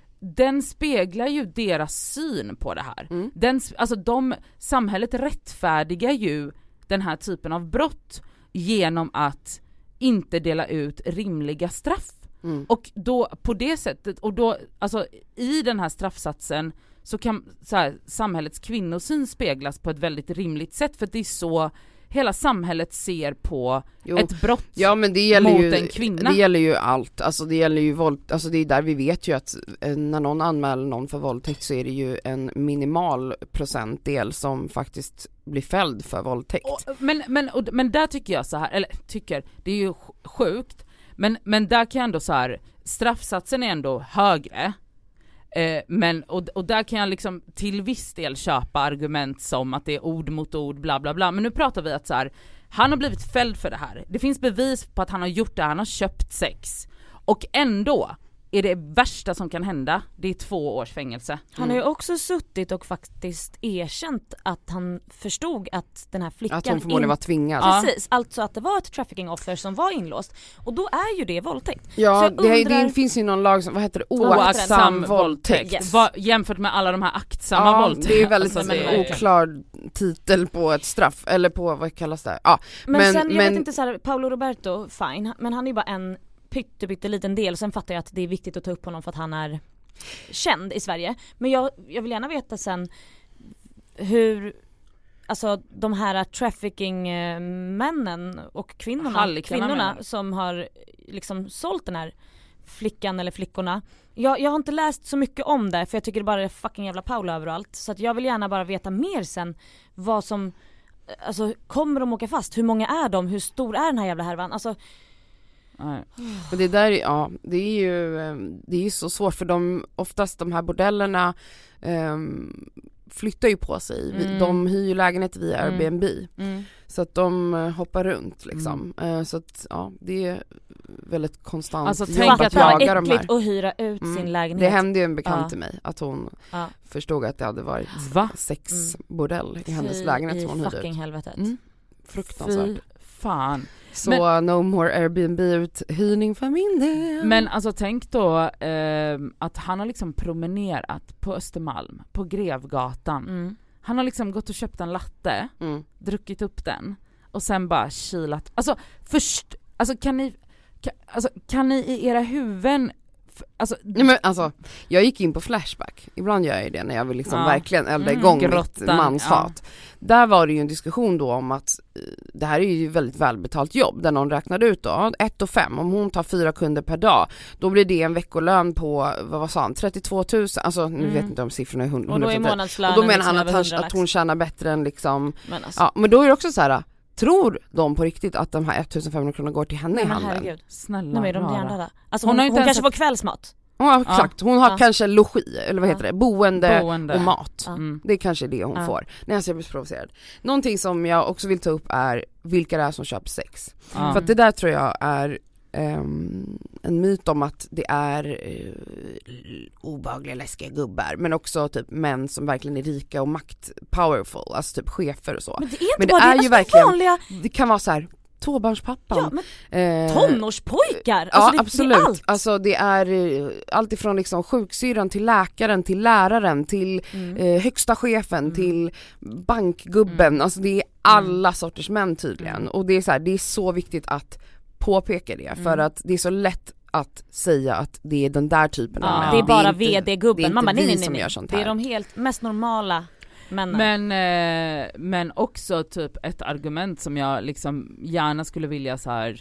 Den speglar ju deras syn på det här.
Mm.
Den, alltså de, samhället rättfärdigar ju den här typen av brott genom att inte dela ut rimliga straff.
Mm.
Och då på det sättet, och då alltså i den här straffsatsen så kan så här, samhällets kvinnosyn speglas på ett väldigt rimligt sätt, för att det är så hela samhället ser på
Jo.
ett brott.
Ja, men det gäller
mot
ju,
en kvinna.
det gäller ju allt, alltså det gäller ju våld, alltså det är där vi vet ju att eh, när någon anmäler någon för våldtäkt så är det ju en minimal procentdel som faktiskt blir fälld för våldtäkt.
Och, men, men, och, men där tycker jag så här, eller tycker, det är ju sjukt, men, men där kan jag ändå så här, straffsatsen är ändå högre. Eh, men, och, och där kan jag liksom till viss del köpa argument som att det är ord mot ord, bla bla bla. Men nu pratar vi att så här, han har blivit fälld för det här. Det finns bevis på att han har gjort det, han har köpt sex. Och ändå är det värsta som kan hända, det är två års fängelse.
Han har ju också suttit och faktiskt erkänt att han förstod att den här flickan
Att hon förmodligen
in-
var tvingad.
Ja.
Precis, alltså att det var ett trafficking-offer som var inlåst. Och då är ju det våldtäkt. Så
Ja,
jag
det,
undrar-
det finns ju någon lag som, vad heter det?
Oaktsam
Oaktsam våldtäkt.
Yes.
Va, jämfört med alla de här aktsamma
Ja,
våldtäkter.
det är väldigt
Alltså, det
en
är-
oklar titel på ett straff, eller på, vad kallas det? Ja,
Men,
men,
sen, jag
men
vet inte så här, Paolo Roberto, fine, men han är ju bara en pytte, pytte liten del. Sen fattar jag att det är viktigt att ta upp honom för att han är känd i Sverige. Men jag, jag vill gärna veta sen hur, alltså de här trafficking-männen och kvinnorna,
Hallickarna
kvinnorna
menar du?
som har liksom sålt den här flickan eller flickorna. Jag, jag har inte läst så mycket om det, för jag tycker det bara är fucking jävla Paolo överallt. Så att jag vill gärna bara veta mer sen vad som, alltså kommer de åka fast? Hur många är de? Hur stor är den här jävla härvan? Alltså,
Nej.
Men det där, ja, det är ju eh, det är ju så svårt, för de, oftast de här bordellerna um, flyttar ju på sig.
Mm.
De hyr ju lägenhet via
Mm.
Airbnb.
mm.
Så att de eh, hoppar runt liksom. Eh, så att ja, det är väldigt konstant
Alltså,
jobb
tänk
att
att
det var
jaga de här.
äckligt att hyra ut
Mm.
sin lägenhet.
Det hände ju en bekant
Ja.
till mig att hon
Ja.
förstod att det hade varit
Va?
sexbordell i hennes
Fy
lägenhet
i
som hon hyrde
fucking
ut.
helvetet.
Mm. Fruktansvärt.
Fy fan.
Så
men,
no more Airbnb-uthyrning för min del.
Men alltså tänk då eh, att han har liksom promenerat på Östermalm, på Grevgatan.
Mm.
Han har liksom gått och köpt en latte,
Mm.
druckit upp den och sen bara kilat. Alltså först, alltså kan ni, kan, alltså, kan ni i era huvuden Alltså,
Nej, men alltså, jag gick in på Flashback. Ibland gör jag ju det när jag vill liksom
ja.
verkligen elda
mm,
igång
grottan,
mitt manshat.
Ja.
Där var det ju en diskussion då om att uh, det här är ju väldigt välbetalt jobb där någon räknade ut då, ett och fem, om hon tar fyra kunder per dag, då blir det en veckolön på, vad var han, trettiotvå tusen, alltså mm. nu vet inte om siffrorna är hundra.
Och då är månadslönen
och då menar
liksom
han att, han, att hon tjänar bättre än liksom,
men, alltså.
ja, men då är det också så här. Tror de på riktigt att de här ettusenfemhundra kronor går till henne
Nej,
i
men
handeln?
Herregud.
Snälla
Nej, men de
rara.
alltså,
hon
hon,
har inte
hon kanske
ett...
får kvällsmat.
Ja, exakt. Hon har
ja.
kanske logi, eller vad heter
ja.
det? Boende,
Boende
och mat.
Ja.
Mm.
Det är kanske det hon
ja.
får. Nej, alltså jag blir så provocerad. Någonting som jag också vill ta upp är vilka det är som köper sex.
Mm.
För att det där tror jag är um, en myt om att det är uh, obehagliga, läskiga gubbar. Men också typ män som verkligen är rika och makt powerful. Alltså typ chefer och så.
Men det är inte
men det
bara
är
det,
ju
alltså
verkligen,
vanliga...
det kan vara så här. Tvåbarnspappan.
Ja, men
eh,
tonårspojkar! Alltså
ja,
det,
absolut.
Det är allt.
Alltså det är uh, allt ifrån liksom sjuksyran till läkaren, till läraren, till
Mm.
uh, högsta chefen,
Mm.
till bankgubben.
Mm.
Alltså det är alla sorters män tydligen.
Mm.
Och det är så här, det är så viktigt att påpeka det.
Mm.
För att det är så lätt att säga att det är den där typen av
Ja,
män.
det är bara
inte-
V D-gubben.
det är inte
Man bara, nej,
vi
nej,
som
nej,
gör
nej.
sånt
Det
här.
är de helt mest normala männen.
Men, eh, men också typ ett argument som jag liksom gärna skulle vilja så här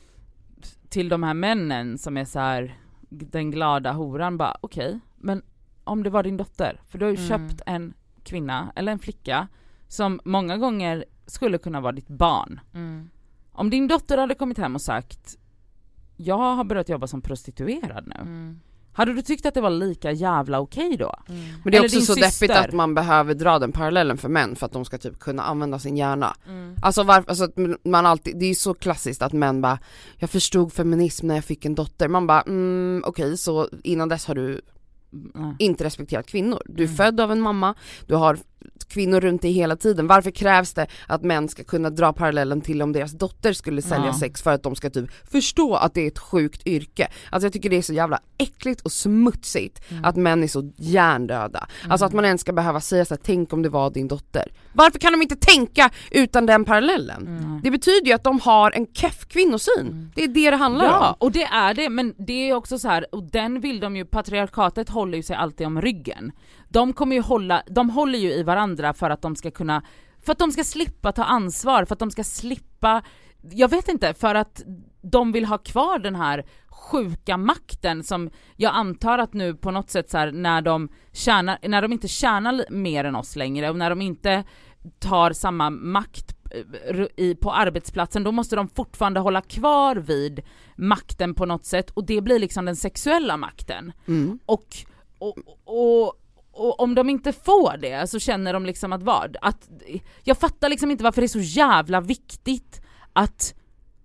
till de här männen som är så här den glada horan, bara okej, okay, men om det var din dotter, för du har ju
Mm.
köpt en kvinna eller en flicka som många gånger skulle kunna vara ditt barn.
Mm.
Om din dotter hade kommit hem och sagt jag har börjat jobba som prostituerad nu.
Mm.
Hade du tyckt att det var lika jävla okej då?
Mm.
Men det är
Eller
också
din
så
syster.
deppigt att man behöver dra den parallellen för män för att de ska typ kunna använda sin hjärna.
Mm.
Alltså, varför, alltså att man alltid, det är ju så klassiskt att män bara, jag förstod feminism när jag fick en dotter. Man bara, mm, okej, okay, så innan dess har du
Mm.
inte respekterat kvinnor. Du är
Mm.
född av en mamma, du har kvinnor runt dig hela tiden. Varför krävs det att män ska kunna dra parallellen till om deras dotter skulle sälja
Ja.
sex för att de ska typ förstå att det är ett sjukt yrke? Alltså jag tycker det är så jävla äckligt och smutsigt
Mm.
att män är så hjärndöda. Alltså att man ens ska behöva säga så här, tänk om det var din dotter. Varför kan de inte tänka utan den parallellen?
Mm.
Det betyder ju att de har en keff kvinnosyn.
Mm.
Det är det det handlar
Ja,
om.
och det är det, men det är också så här, och den vill de ju, patriarkatet håller ju sig alltid om ryggen. De kommer ju hålla, de håller ju i varandra för att de ska kunna, för att de ska slippa ta ansvar, för att de ska slippa, jag vet inte, för att de vill ha kvar den här sjuka makten som jag antar att nu på något sätt så här, när de tjänar, när de inte tjänar mer än oss längre och när de inte tar samma makt i, på arbetsplatsen, då måste de fortfarande hålla kvar vid makten på något sätt, och det blir liksom den sexuella makten.
Mm.
Och, och, och, och om de inte får det så känner de liksom att vad? Att, jag fattar liksom inte varför det är så jävla viktigt att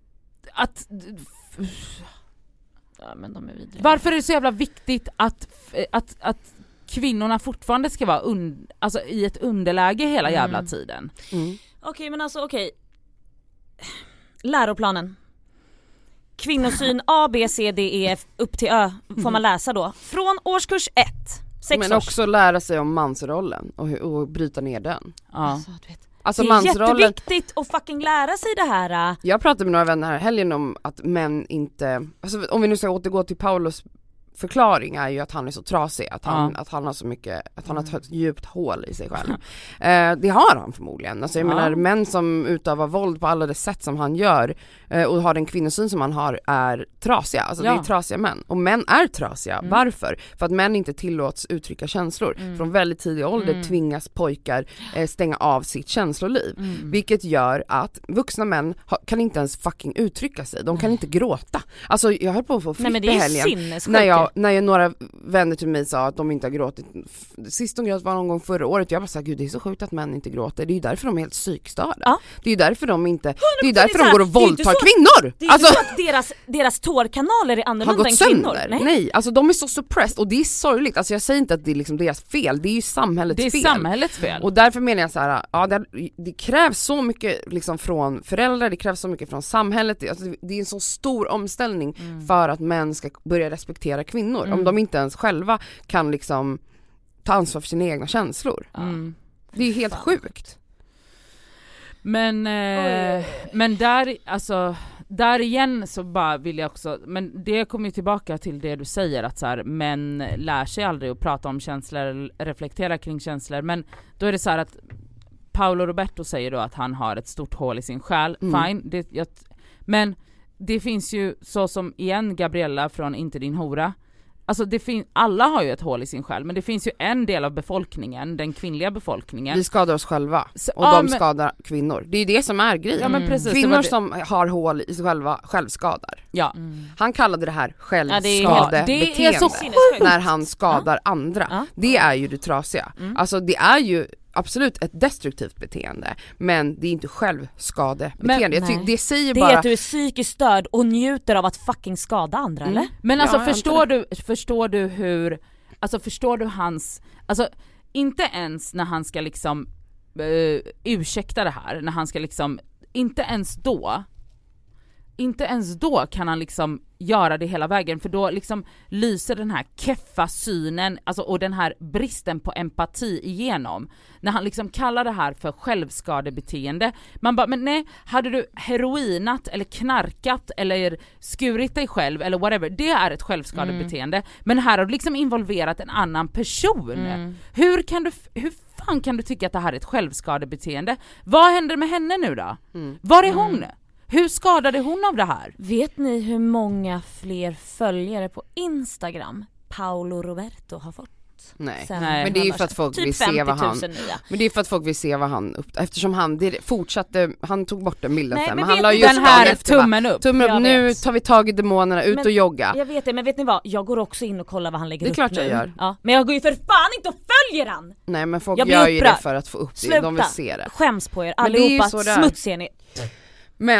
att
Ja, men de är vidriga.
varför är det så jävla viktigt att att, att kvinnorna fortfarande ska vara un, alltså i ett underläge hela jävla
Mm.
tiden.
Mm.
Okej, men alltså okej. Läroplanen. Kvinnosyn A, B, C, D, E, F upp till Ö får man läsa då. Från årskurs ett. Sex
Men
års.
också lära sig om mansrollen och, hur- och bryta ner den.
Ja.
Alltså, du vet.
Alltså
Det är
mansrollen.
jätteviktigt att fucking lära sig det här.
Jag pratade med några vänner här i helgen om att män inte, alltså om vi nu ska återgå till Paulos förklaring, är ju att han är så trasig, att han,
Ja.
att han har så mycket, att han har
Mm.
ett djupt hål i sig själv. eh, det har han förmodligen. Alltså jag
Ja.
menar, män som utövar våld på alla de sätt som han gör eh, och har den kvinnosyn som han har är trasiga. Alltså
Ja.
det är trasiga män. Och män är trasiga.
Mm.
Varför? För att män inte tillåts uttrycka känslor.
Mm.
Från väldigt tidig ålder
Mm.
tvingas pojkar eh, stänga av sitt känsloliv.
Mm.
Vilket gör att vuxna män ha, kan inte ens fucking uttrycka sig. De kan
Nej.
inte gråta. Alltså jag höll på att få
Nej, men
flipp
det
i
är
helgen
sinnessjukt.
när jag Och när några vänner till mig sa att de inte har gråtit, sist de grät var någon gång förra året, jag bara sa gud det är så sjukt att män inte gråter, det är ju därför de är helt psykstörda. Ja. Det är ju därför de inte, det är ju därför de går och våldtar kvinnor.
Det är alltså, inte så att deras, deras tårkanaler är annorlunda än kvinnor.
Nej. Nej, alltså de är så suppressed och det är sorgligt, alltså jag säger inte att det är liksom deras fel, det är ju samhällets fel.
Det är fel. samhällets fel.
Och därför menar jag så här, ja det, det krävs så mycket liksom från föräldrar, det krävs så mycket från samhället, det, alltså, det är en så stor omställning mm. för att män ska börja respektera kvinnor. Mm. Om de inte ens själva kan liksom ta ansvar för sina egna känslor. Mm. Det är helt sjukt.
Men eh, men där alltså där igen så bara vill jag också, men det kommer ju tillbaka till det du säger att så här, män lär sig aldrig att prata om känslor, reflektera kring känslor, men då är det så här att Paolo Roberto säger då att han har ett stort hål i sin själ. Mm. Fine, det, jag, men det finns ju så som igen Gabriella från Inte din hora. Alltså det fin- alla har ju ett hål i sin själ, men det finns ju en del av befolkningen, den kvinnliga befolkningen.
Vi skadar oss själva så, och ja, de men... skadar kvinnor. Det är ju det som är grejen. Ja, men precis, kvinnor det... som har hål i sig själva självskadar.
Ja. Mm.
Han kallade det här självskadebeteende ja, så när han skadar ja. andra. Ja. Det är ju det trasiga. Mm. Alltså det är ju absolut ett destruktivt beteende, men det är inte självskadebeteende. Jag tycker, det säger
det
bara...
är att du är psykiskt störd och njuter av att fucking skada andra, mm. eller?
Men alltså ja, förstår du förstår du hur alltså förstår du hans alltså inte ens när han ska liksom uh, ursäkta det här, när han ska liksom inte ens då inte ens då kan han liksom göra det hela vägen, för då liksom lyser den här keffa synen alltså, och den här bristen på empati igenom när han liksom kallar det här för självskadebeteende. Man bara, men nej, hade du heroinat eller knarkat eller skurit dig själv eller whatever, det är ett självskadebeteende. Mm. Men här har du liksom involverat en annan person. Mm. Hur kan du hur fan kan du tycka att det här är ett självskadebeteende? Vad händer med henne nu då? Mm. Var är hon? Mm. Hur skadade hon av det här?
Vet ni hur många fler följare på Instagram Paolo Roberto har fått?
Nej, Nej. men det är ju för att folk typ vill se vad han nya. Men det är för att folk vill se vad han upp, eftersom han det fortsatte, han tog bort den bilden. Nej, sen, men, men han la ju
den här tummen upp.
Tummen upp. Nu tar vi tag i demonerna, ut
men,
och jogga.
Jag vet det, men vet ni vad? Jag går också in och kollar vad han lägger upp.
Det är klart
nu.
jag gör.
Ja, men jag går ju för fan inte och följer han.
Nej, men folk gör ju det för att få upp det.
Sluta.
De vill se det.
Skäms på er allihopa, smutsiga ni.
Men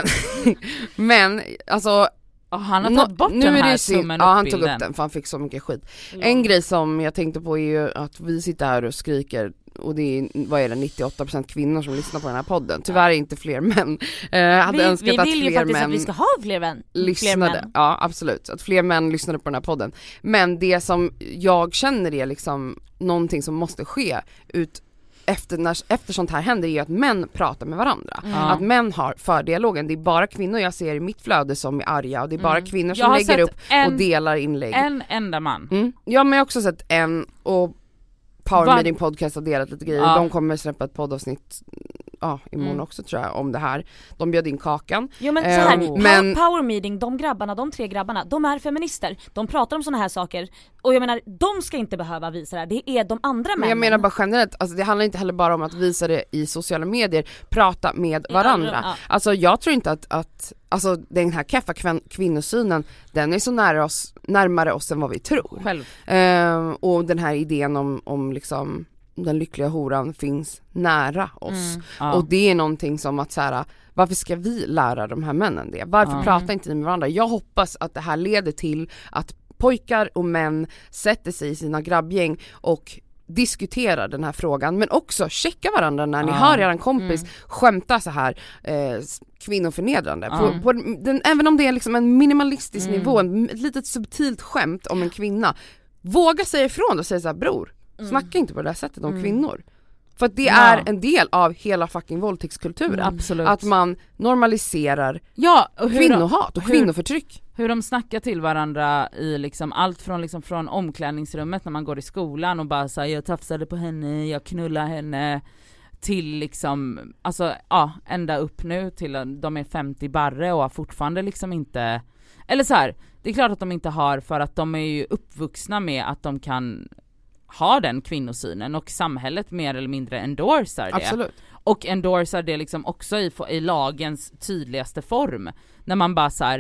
men alltså
oh, han har tagit bort
nu
den
är
här
det
tummen
ja, han tog upp den för han fick så mycket skit. Ja. En grej som jag tänkte på är ju att vi sitter här och skriker och det är, vad är det, nittioåtta procent kvinnor som lyssnar på den här podden. Tyvärr är inte fler män. Eh, hade
vi,
önskat
vi
att
vill
fler
ju faktiskt
män
att vi ska ha fler män.
Lyssnade.
Fler män.
Ja, absolut. Att fler män lyssnade på den här podden. Men det som jag känner är liksom någonting som måste ske ut Efter, när, efter sånt här händer är ju att män pratar med varandra. Mm. Att män har fördialogen. Det är bara kvinnor jag ser i mitt flöde som är arga och det är bara mm. kvinnor som lägger upp en, och delar inlägg.
En enda man.
Mm. Ja, men jag har också sett en och Power Va? Meeting Podcast har delat lite grejer. Ja. De kommer släppa ett poddavsnitt ja, imorgon mm. också tror jag om det här. De bjöd in Kakan.
Jo men så här, um, men... Power Meeting, de grabbarna, de tre grabbarna, de är feminister. De pratar om såna här saker. Och jag menar, de ska inte behöva visa det här. Det är de andra männen.
Men jag menar bara generellt, alltså det handlar inte heller bara om att visa det i sociala medier. Prata med varandra. Ja, ja. Alltså jag tror inte att, att alltså den här keffa kvin- kvinnosynen, den är så nära oss, närmare oss än vad vi tror.
Själv.
Um, och den här idén om, om liksom den lyckliga horan finns nära oss. Mm, ja. Och det är någonting som att så här, varför ska vi lära de här männen det? Varför mm. pratar inte ni med varandra? Jag hoppas att det här leder till att pojkar och män sätter sig i sina grabbgäng och diskuterar den här frågan, men också checka varandra när ni mm. hör er kompis mm. skämta så här eh, kvinnoförnedrande. Mm. På, på den, även om det är liksom en minimalistisk mm. nivå, en, ett litet subtilt skämt om en kvinna. Våga säga ifrån och säga så här, bror, mm. snacka inte på det här sättet om mm. kvinnor. För att det ja. är en del av hela fucking våldtäktskulturen. Mm, absolut. Att man normaliserar
ja, och
kvinnohat och hur, kvinnoförtryck.
Hur de snackar till varandra i liksom allt från, liksom från omklädningsrummet när man går i skolan och bara säger jag tafsade på henne, jag knullar henne, till liksom, alltså ja, ända upp nu till att de är femtio barre och har fortfarande liksom inte, eller så här, det är klart att de inte har, för att de är ju uppvuxna med att de kan ha den kvinnosynen och samhället mer eller mindre endorsar det.
Absolut.
Och endorsar det liksom också i, i lagens tydligaste form. När man bara så här,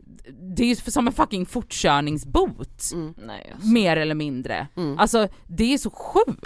det är ju som en fucking fortkörningsbot.
Mm. Nej, alltså.
Mer eller mindre. Mm. Alltså det är så sjukt.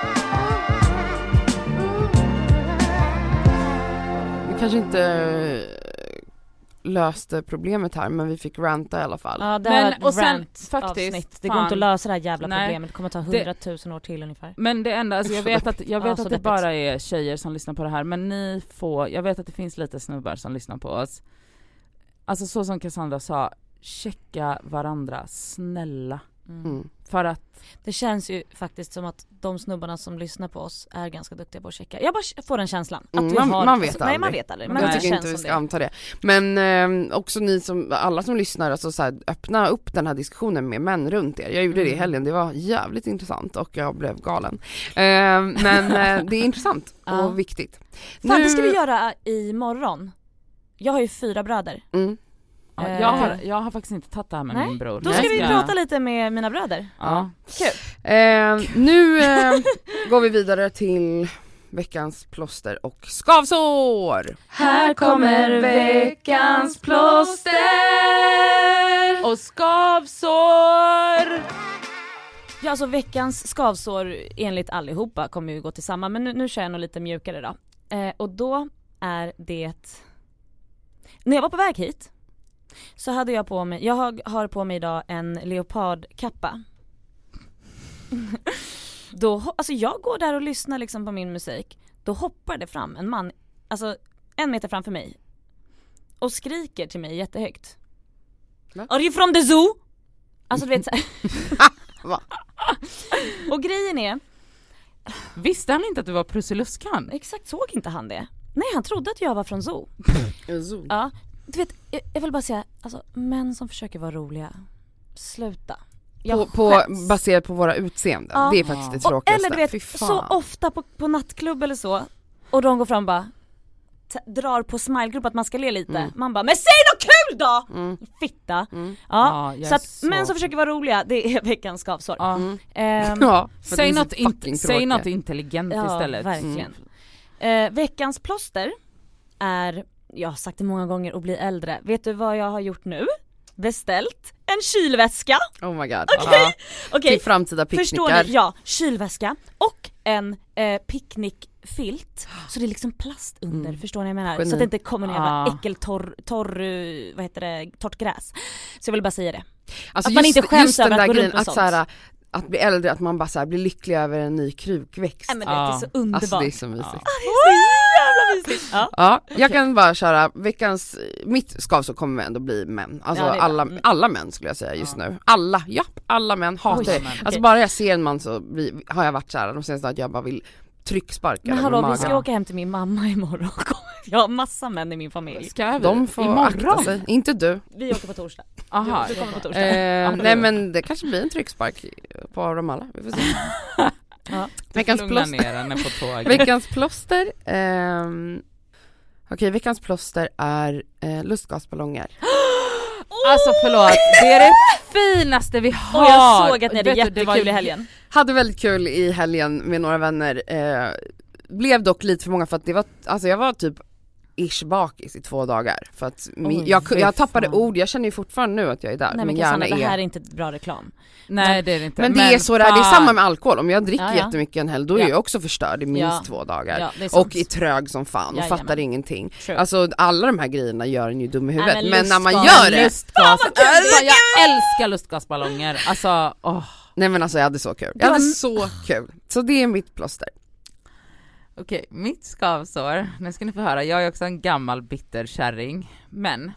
Vi kanske inte löste problemet här, men vi fick ranta i alla fall.
Ja, det men, och sen faktiskt det går inte att lösa det här jävla Nej, problemet. Det kommer ta hundratusen år till ungefär.
Men det enda, alltså jag vet att jag vet
ja,
att det bara är tjejer som lyssnar på det här, men ni får, jag vet att det finns lite snubbar som lyssnar på oss. Alltså så som Cassandra sa, checka varandra, snälla. Mm. För att
det känns ju faktiskt som att de snubbarna som lyssnar på oss är ganska duktiga på att checka. Jag bara får den känslan att
mm,
vi
man,
har
man vet
alltså,
aldrig.
Nej, man vet aldrig.
Men jag tycker inte vi ska det. anta det. Men eh, också ni som, alla som lyssnar, alltså så här, öppna upp den här diskussionen med män runt er. Jag gjorde mm. det i helgen, det var jävligt intressant och jag blev galen. Eh, men eh, det är intressant och ja. viktigt.
Fan, nu... det ska vi göra imorgon. Jag har ju fyra bröder.
Mm.
Ja, jag, har, jag har faktiskt inte tagit det här med
Nej,
min bror.
Då ska vi prata lite med mina bröder.
Ja.
Kul.
Eh, nu eh, går vi vidare till veckans plåster och skavsår.
Här kommer veckans plåster och skavsår.
Ja, alltså veckans skavsår enligt allihopa kommer ju gå till samma. Men nu, nu kör jag nog lite mjukare då. Eh, och då är det... När jag var på väg hit så hade jag på mig, jag har, har på mig idag en leopardkappa. Då, alltså jag går där och lyssnar liksom på min musik. Då hoppar det fram en man, alltså en meter framför mig och skriker till mig jättehögt. Va? Are you from the zoo? Alltså du vet så här. Och grejen är,
visste han inte att du var Prussiluskan?
Exakt, såg inte han det? Nej, han trodde att jag var från zoo.
zoo.
Ja. Du vet, jag, jag vill bara säga, alltså, män som försöker vara roliga, sluta.
På, på, baserat på våra utseenden. Ja. Det är faktiskt det tråkigaste.
Eller du vet, så ofta på, på nattklubb eller så, och de går fram och bara t- drar på smilegrupp att man ska le lite. Mm. Man bara, men säg något kul då! Mm. Fitta. Mm. Ja, ja så att så... män som försöker vara roliga, det är veckans skavsår. Ja.
Mm. Um, ja, säg, något in- säg något intelligent ja, istället.
Verkligen. Mm. Uh, veckans plåster är, jag har sagt det många gånger, att bli äldre. Vet du vad jag har gjort nu? Beställt en kylväska.
Oh my god.
Okej. Okay. Okay.
Till framtida picknickar.
Förstår ni? Ja, kylväska och en eh, picknickfilt. Så det är liksom plast under, mm. förstår ni vad jag menar? Geni. Så att det inte kommer någon ah. äckel torr, torr, vad heter det, torrt gräs. Så jag vill bara säga det.
Alltså
att
just,
man inte skäms över att gå runt på
att
sånt.
Så här, att bli äldre, att man bara så här blir lycklig över en ny krukväxt.
Nej, men det är så underbart.
Alltså det är så mysigt.
Ja. Ah, det är så jävla mysigt. Ja,
ja jag okay. kan bara köra veckans, mitt skav så kommer ändå bli män. Alltså ja, alla, mm. alla män skulle jag säga just ja. nu. Alla, ja, alla män hatar det. Okay. Alltså bara jag ser en man så blir, har jag varit så här de senaste att jag bara vill trycksparka.
Men hallå, vi ska åka hem till min mamma imorgon. Jag har massa män i min familj.
Ska vi? De får imorgon? Sig. Inte du.
Vi åker på torsdag.
Aha,
du, du kommer på torsdag.
Eh, nej men det kanske blir en tryckspark på dem alla. Vi får se.
Ja. Veckans plåster.
veckans plåster. Eh, Okej, okay, veckans plåster är eh, lustgasballonger.
Alltså förlåt, det är det finaste vi har.
Och jag såg att ni hade jättekul var... i helgen.
Hade väldigt kul i helgen med några vänner. Eh, blev dock lite för många för att det var, alltså jag var typ ish bakis i två dagar för att min, oh, jag, jag tappade fan. ord, jag känner ju fortfarande nu att jag är där.
Nej, men gärna är... det här är inte bra reklam.
Nej, men, det är det inte.
Men det men är så där, det är samma med alkohol. Om jag dricker ja, ja. jättemycket en helg, då är ja. jag också förstörd i minst ja. två dagar. Ja, och är trög som fan och ja, fattar jamen. ingenting. True. Alltså alla de här grejerna gör en ju dum i huvudet. Ja, men, men när man gör det...
Lustgas, jag älskar lustgasballonger. Alltså, åh.
Nej men alltså jag hade så kul. Jag hade så kul. Så det är mitt plåster.
Okej, mitt skavsår, nu ska ni få höra, jag är också en gammal bitter kärring, men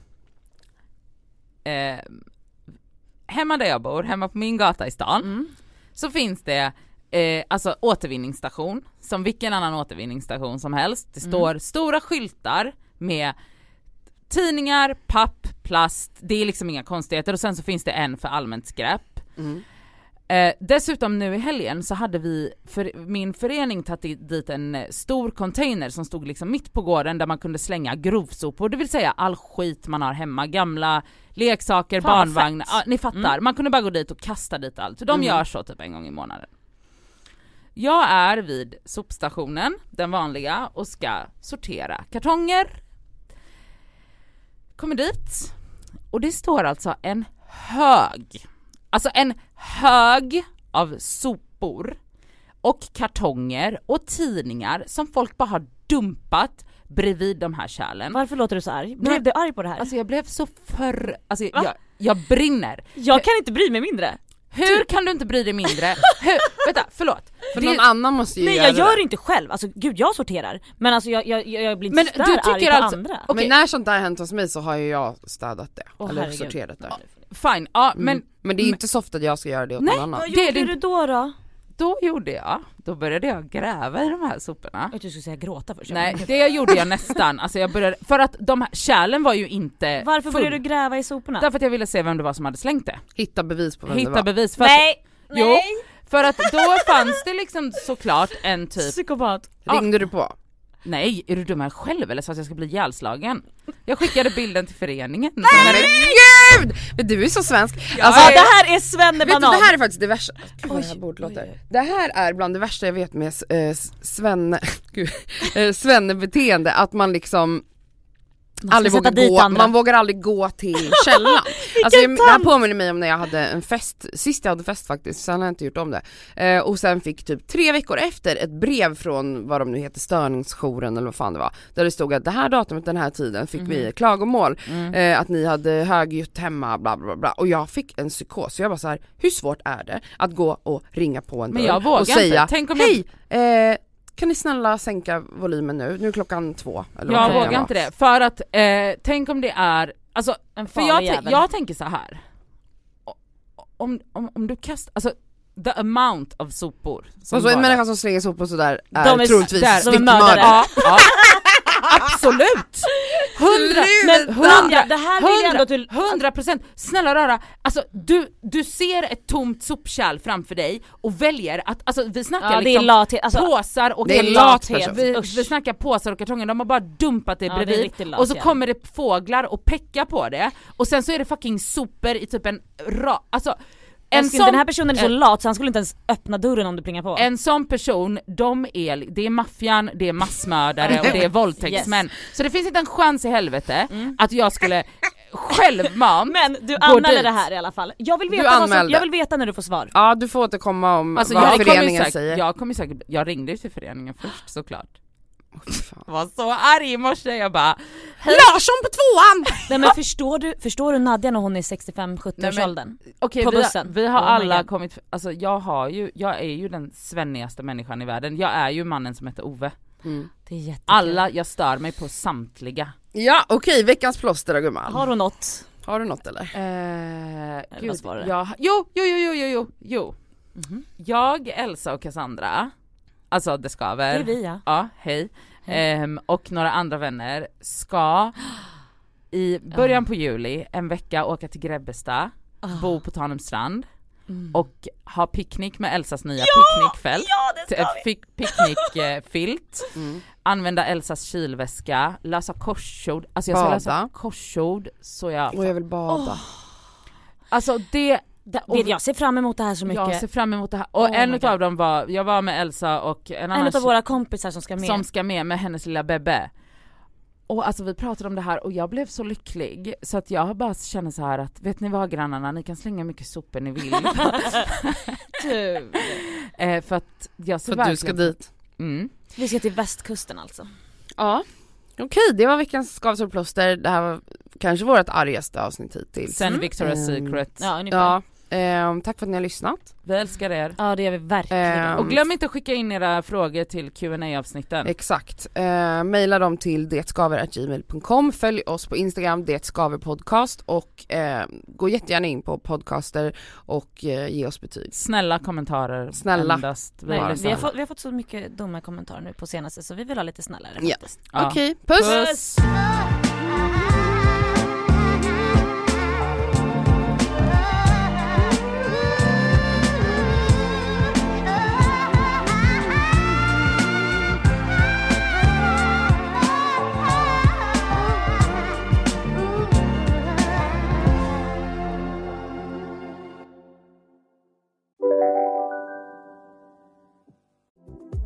eh, hemma där jag bor, hemma på min gata i stan, mm. så finns det eh, alltså återvinningsstation, som vilken annan återvinningsstation som helst. Det står mm. stora skyltar med tidningar, papp, plast, det är liksom inga konstigheter, och sen så finns det en för allmänt skräp. Mm. Eh, dessutom nu i helgen så hade vi för min förening tagit dit en stor container som stod liksom mitt på gården där man kunde slänga grovsopor, det vill säga all skit man har hemma, gamla leksaker, fan, barnvagn, ah, ni fattar, mm. man kunde bara gå dit och kasta dit allt. De mm. gör så typ en gång i månaden. Jag är vid sopstationen, den vanliga, och ska sortera kartonger. Kommer dit Och det står alltså en hög, alltså en hög av sopor och kartonger och tidningar som folk bara har dumpat bredvid de här kärlen.
Varför låter du så arg? Blev
Nej,
du arg på det här?
Alltså jag blev så för... Alltså jag, jag brinner.
Jag kan inte bry mig mindre.
Hur kan du inte bry dig mindre? Hur? Vänta, förlåt.
För
det...
någon annan måste ju
Nej,
göra
jag gör
det.
det inte själv. Alltså gud, jag sorterar. Men alltså jag, jag, jag blir
Men
inte
du
där
tycker
arg på
alltså-
andra.
Okej.
Men när sånt där hänt hos mig så har ju jag städat det.
Åh,
eller
herregud.
sorterat det.
Fine, ja
Mm.
men
Men det är ju inte så ofta att jag ska göra det åt
Nej,
någon annan.
Vad
Det är
gjorde
det
du
inte.
då då?
då gjorde jag, då började jag gräva i de här soporna.
Jag trodde du skulle säga gråta först.
Nej, det gjorde jag nästan. Alltså jag började, för att de här kärlen var ju inte
Varför
full.
började du gräva i soporna?
Därför att jag ville se vem det var som hade slängt det.
Hitta bevis på vem det
Hitta
var.
bevis. För att,
Nej!
Jo,
Nej!
för att då fanns det liksom såklart en typ...
Psykopat.
Ringde du på?
Nej, är du dum här själv eller så att jag ska bli ihjälslagen? Jag skickade bilden till föreningen.
Men gud! Men du är så svensk.
Ja,
Alltså,
det här är
vet du,
Svennebanan.
det här är faktiskt det värsta. Gud vad
Oj,
det här bordet
oj,
låter.
oj.
Det här är bland det värsta jag vet med äh, Svenne, gud, äh, Svennebeteende. Att man liksom
Man
aldrig
ska
vågar
sätta dit
gå,
andra.
man vågar aldrig gå till källan. Alltså jag, det här påminner mig om när jag hade en fest, sist jag hade fest faktiskt, sen har jag inte gjort om det. Eh, och sen fick typ tre veckor efter ett brev från vad de nu heter, störningsjouren eller vad fan det var. Där det stod att det här datumet, den här tiden fick
Mm-hmm.
vi klagomål.
Mm.
Eh, att ni hade högljutt hemma, bla bla bla. Och jag fick en psykos, så jag bara så här: hur svårt är det att gå och ringa på en
Men
dörr
jag vågar
och säga
inte. Tänk om jag-
hej, eh, kan ni snälla sänka volymen nu? Nu är klockan två. Eller vad
Jag
klockan
vågar
var.
inte det, för att eh, tänk om det är, alltså,
En
för
farlig
jag,
jävel.
jag tänker så här. O- Om, om, om du kastar, alltså the amount of sopor som
Alltså en
bara-
människa som slänger sopor sådär är,
De är-
troligtvis
där, de är
styckmördare.
mördare.
Ja, ja. Absolut! Hundra, men hundra,
Ja, det här vill jag ändå till...
hundra procent. Snälla rara, alltså du, du ser ett tomt sopkärl framför dig och väljer att, alltså vi snackar
Ja, det är
liksom
lathet. Alltså,
påsar och
det är
kartonger.
lat person.
vi,
Usch.
vi snackar påsar och kartonger, de har bara dumpat det
Ja, det är
bredvid
riktigt lat,
och så
ja.
kommer det fåglar och peckar på det och sen så är det fucking sopor i typ en ra, alltså en
en
sån,
den här personen är så
en-
lat så han skulle inte ens öppna dörren om du plingar på.
en sån person, de är, det är maffian, det är massmördare och det är våldtäktsmän. Så det finns inte en chans i helvete att jag skulle självmant
Men du
gå
anmäler
dit.
det här i alla fall. Jag vill
Du
veta, vad som,
anmälde.
jag vill veta när du får svar.
Ja, du får återkomma om
Alltså
vad
jag kommer,
föreningen
säkert,
säger.
jag kommer säkert, jag ringde ju till föreningen först såklart.
Fan.
Jag var så arg i morse, jag bara
Larsson på tvåan!
Nej men förstår du, förstår du Nadja när hon är sextiofem sjuttio års
Nej, men-
åldern?
okej,
På
vi,
bussen.
vi har
Oh my
alla
God.
kommit, alltså jag har ju, jag är ju den svennigaste människan i världen. Jag är ju mannen som heter Ove.
Mm.
Det är jättekul.
Alla, jag stör mig på samtliga.
Ja, okej, veckans plåster då gumman.
Har hon något?
Har du något eller?
Eh,
vad
gud,
svarar du?
jag, jo, jo, jo, jo, jo, jo, jo.
Mhm.
Jag, Elsa och Cassandra, alltså det skaver.
Det är vi ja.
Ja, hej.
Hej.
Ehm, och några andra vänner ska i början på juli en vecka åka till Grebbestad, bo på Tanumstrand
Mm.
och ha picknick med Elsas nya
Ja!
picknickfält.
Ja, det ska
T-
vi!
fick picknickfilt,
Mm.
använda Elsas kylväska, läsa korsord, alltså jag ska
Bada.
läsa korsord så jag,
Och jag vill bada.
alltså det,
Det, vet, jag ser fram emot det här så mycket.
jag ser fram emot det här. Och
Oh my
en
God.
av dem var, jag var med Elsa och en annan
En av våra kompisar som ska med.
som ska med med hennes lilla bebbe. Och alltså vi pratade om det här och jag blev så lycklig så att jag bara känner så här att, vet ni vad grannarna, ni kan slänga hur mycket sopor ni vill.
Du.
eh, för att jag ser
För att du ska
verkligen-
dit.
Mm.
Vi ska till västkusten alltså.
Ja. Okej, det var veckans skavsår och plåster. Det här var kanske vårt argaste avsnitt hittills.
Sen
Mm.
Victoria's
Mm.
Secret.
Ja, ungefär.
Ja, ehm, tack för att ni har lyssnat.
Vi älskar er.
Ja, det gör vi verkligen.
Ehm,
Och glöm inte att skicka in era frågor till Q and A-avsnitten.
Exakt. Eh, maila dem till detskaver at gmail dot com. Följ oss på Instagram, detskaverpodcast, och eh, gå jättegärna in på podcaster och eh, ge oss betyg.
Snälla kommentarer.
Snälla.
Endast.
Nej,
bara
vi,
snälla.
har fått, vi har fått så mycket dumma kommentarer nu på senaste så vi vill ha lite snällare
Ja.
faktiskt.
Ja.
Okej, puss!
Puss!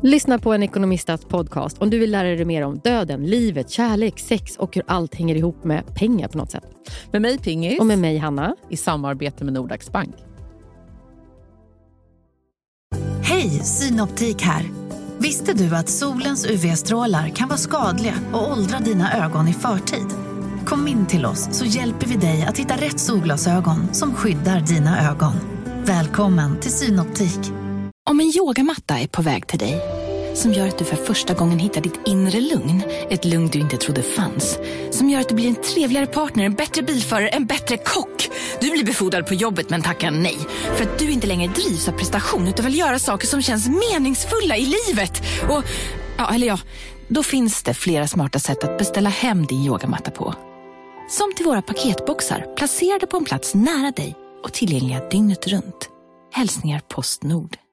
Lyssna på en ekonomistats podcast om du vill lära dig mer om döden, livet, kärlek, sex och hur allt hänger ihop med pengar på något sätt.
Med mig Pingis.
Och med mig Hanna.
I samarbete med Nordax Bank.
Hej, Synoptik här. Visste du att solens U V-strålar kan vara skadliga och åldra dina ögon i förtid? Kom in till oss så hjälper vi dig att hitta rätt solglasögon som skyddar dina ögon. Välkommen till Synoptik.
Om en yogamatta är på väg till dig, som gör att du för första gången hittar ditt inre lugn, ett lugn du inte trodde fanns, som gör att du blir en trevligare partner, en bättre bilförare, en bättre kock. Du blir befordrad på jobbet men tackar nej, för att du inte längre drivs av prestation utan vill göra saker som känns meningsfulla i livet. Och, ja, eller ja, då finns det flera smarta sätt att beställa hem din yogamatta på. Som till våra paketboxar, placerade på en plats nära dig och tillgängliga dygnet runt. Hälsningar Postnord.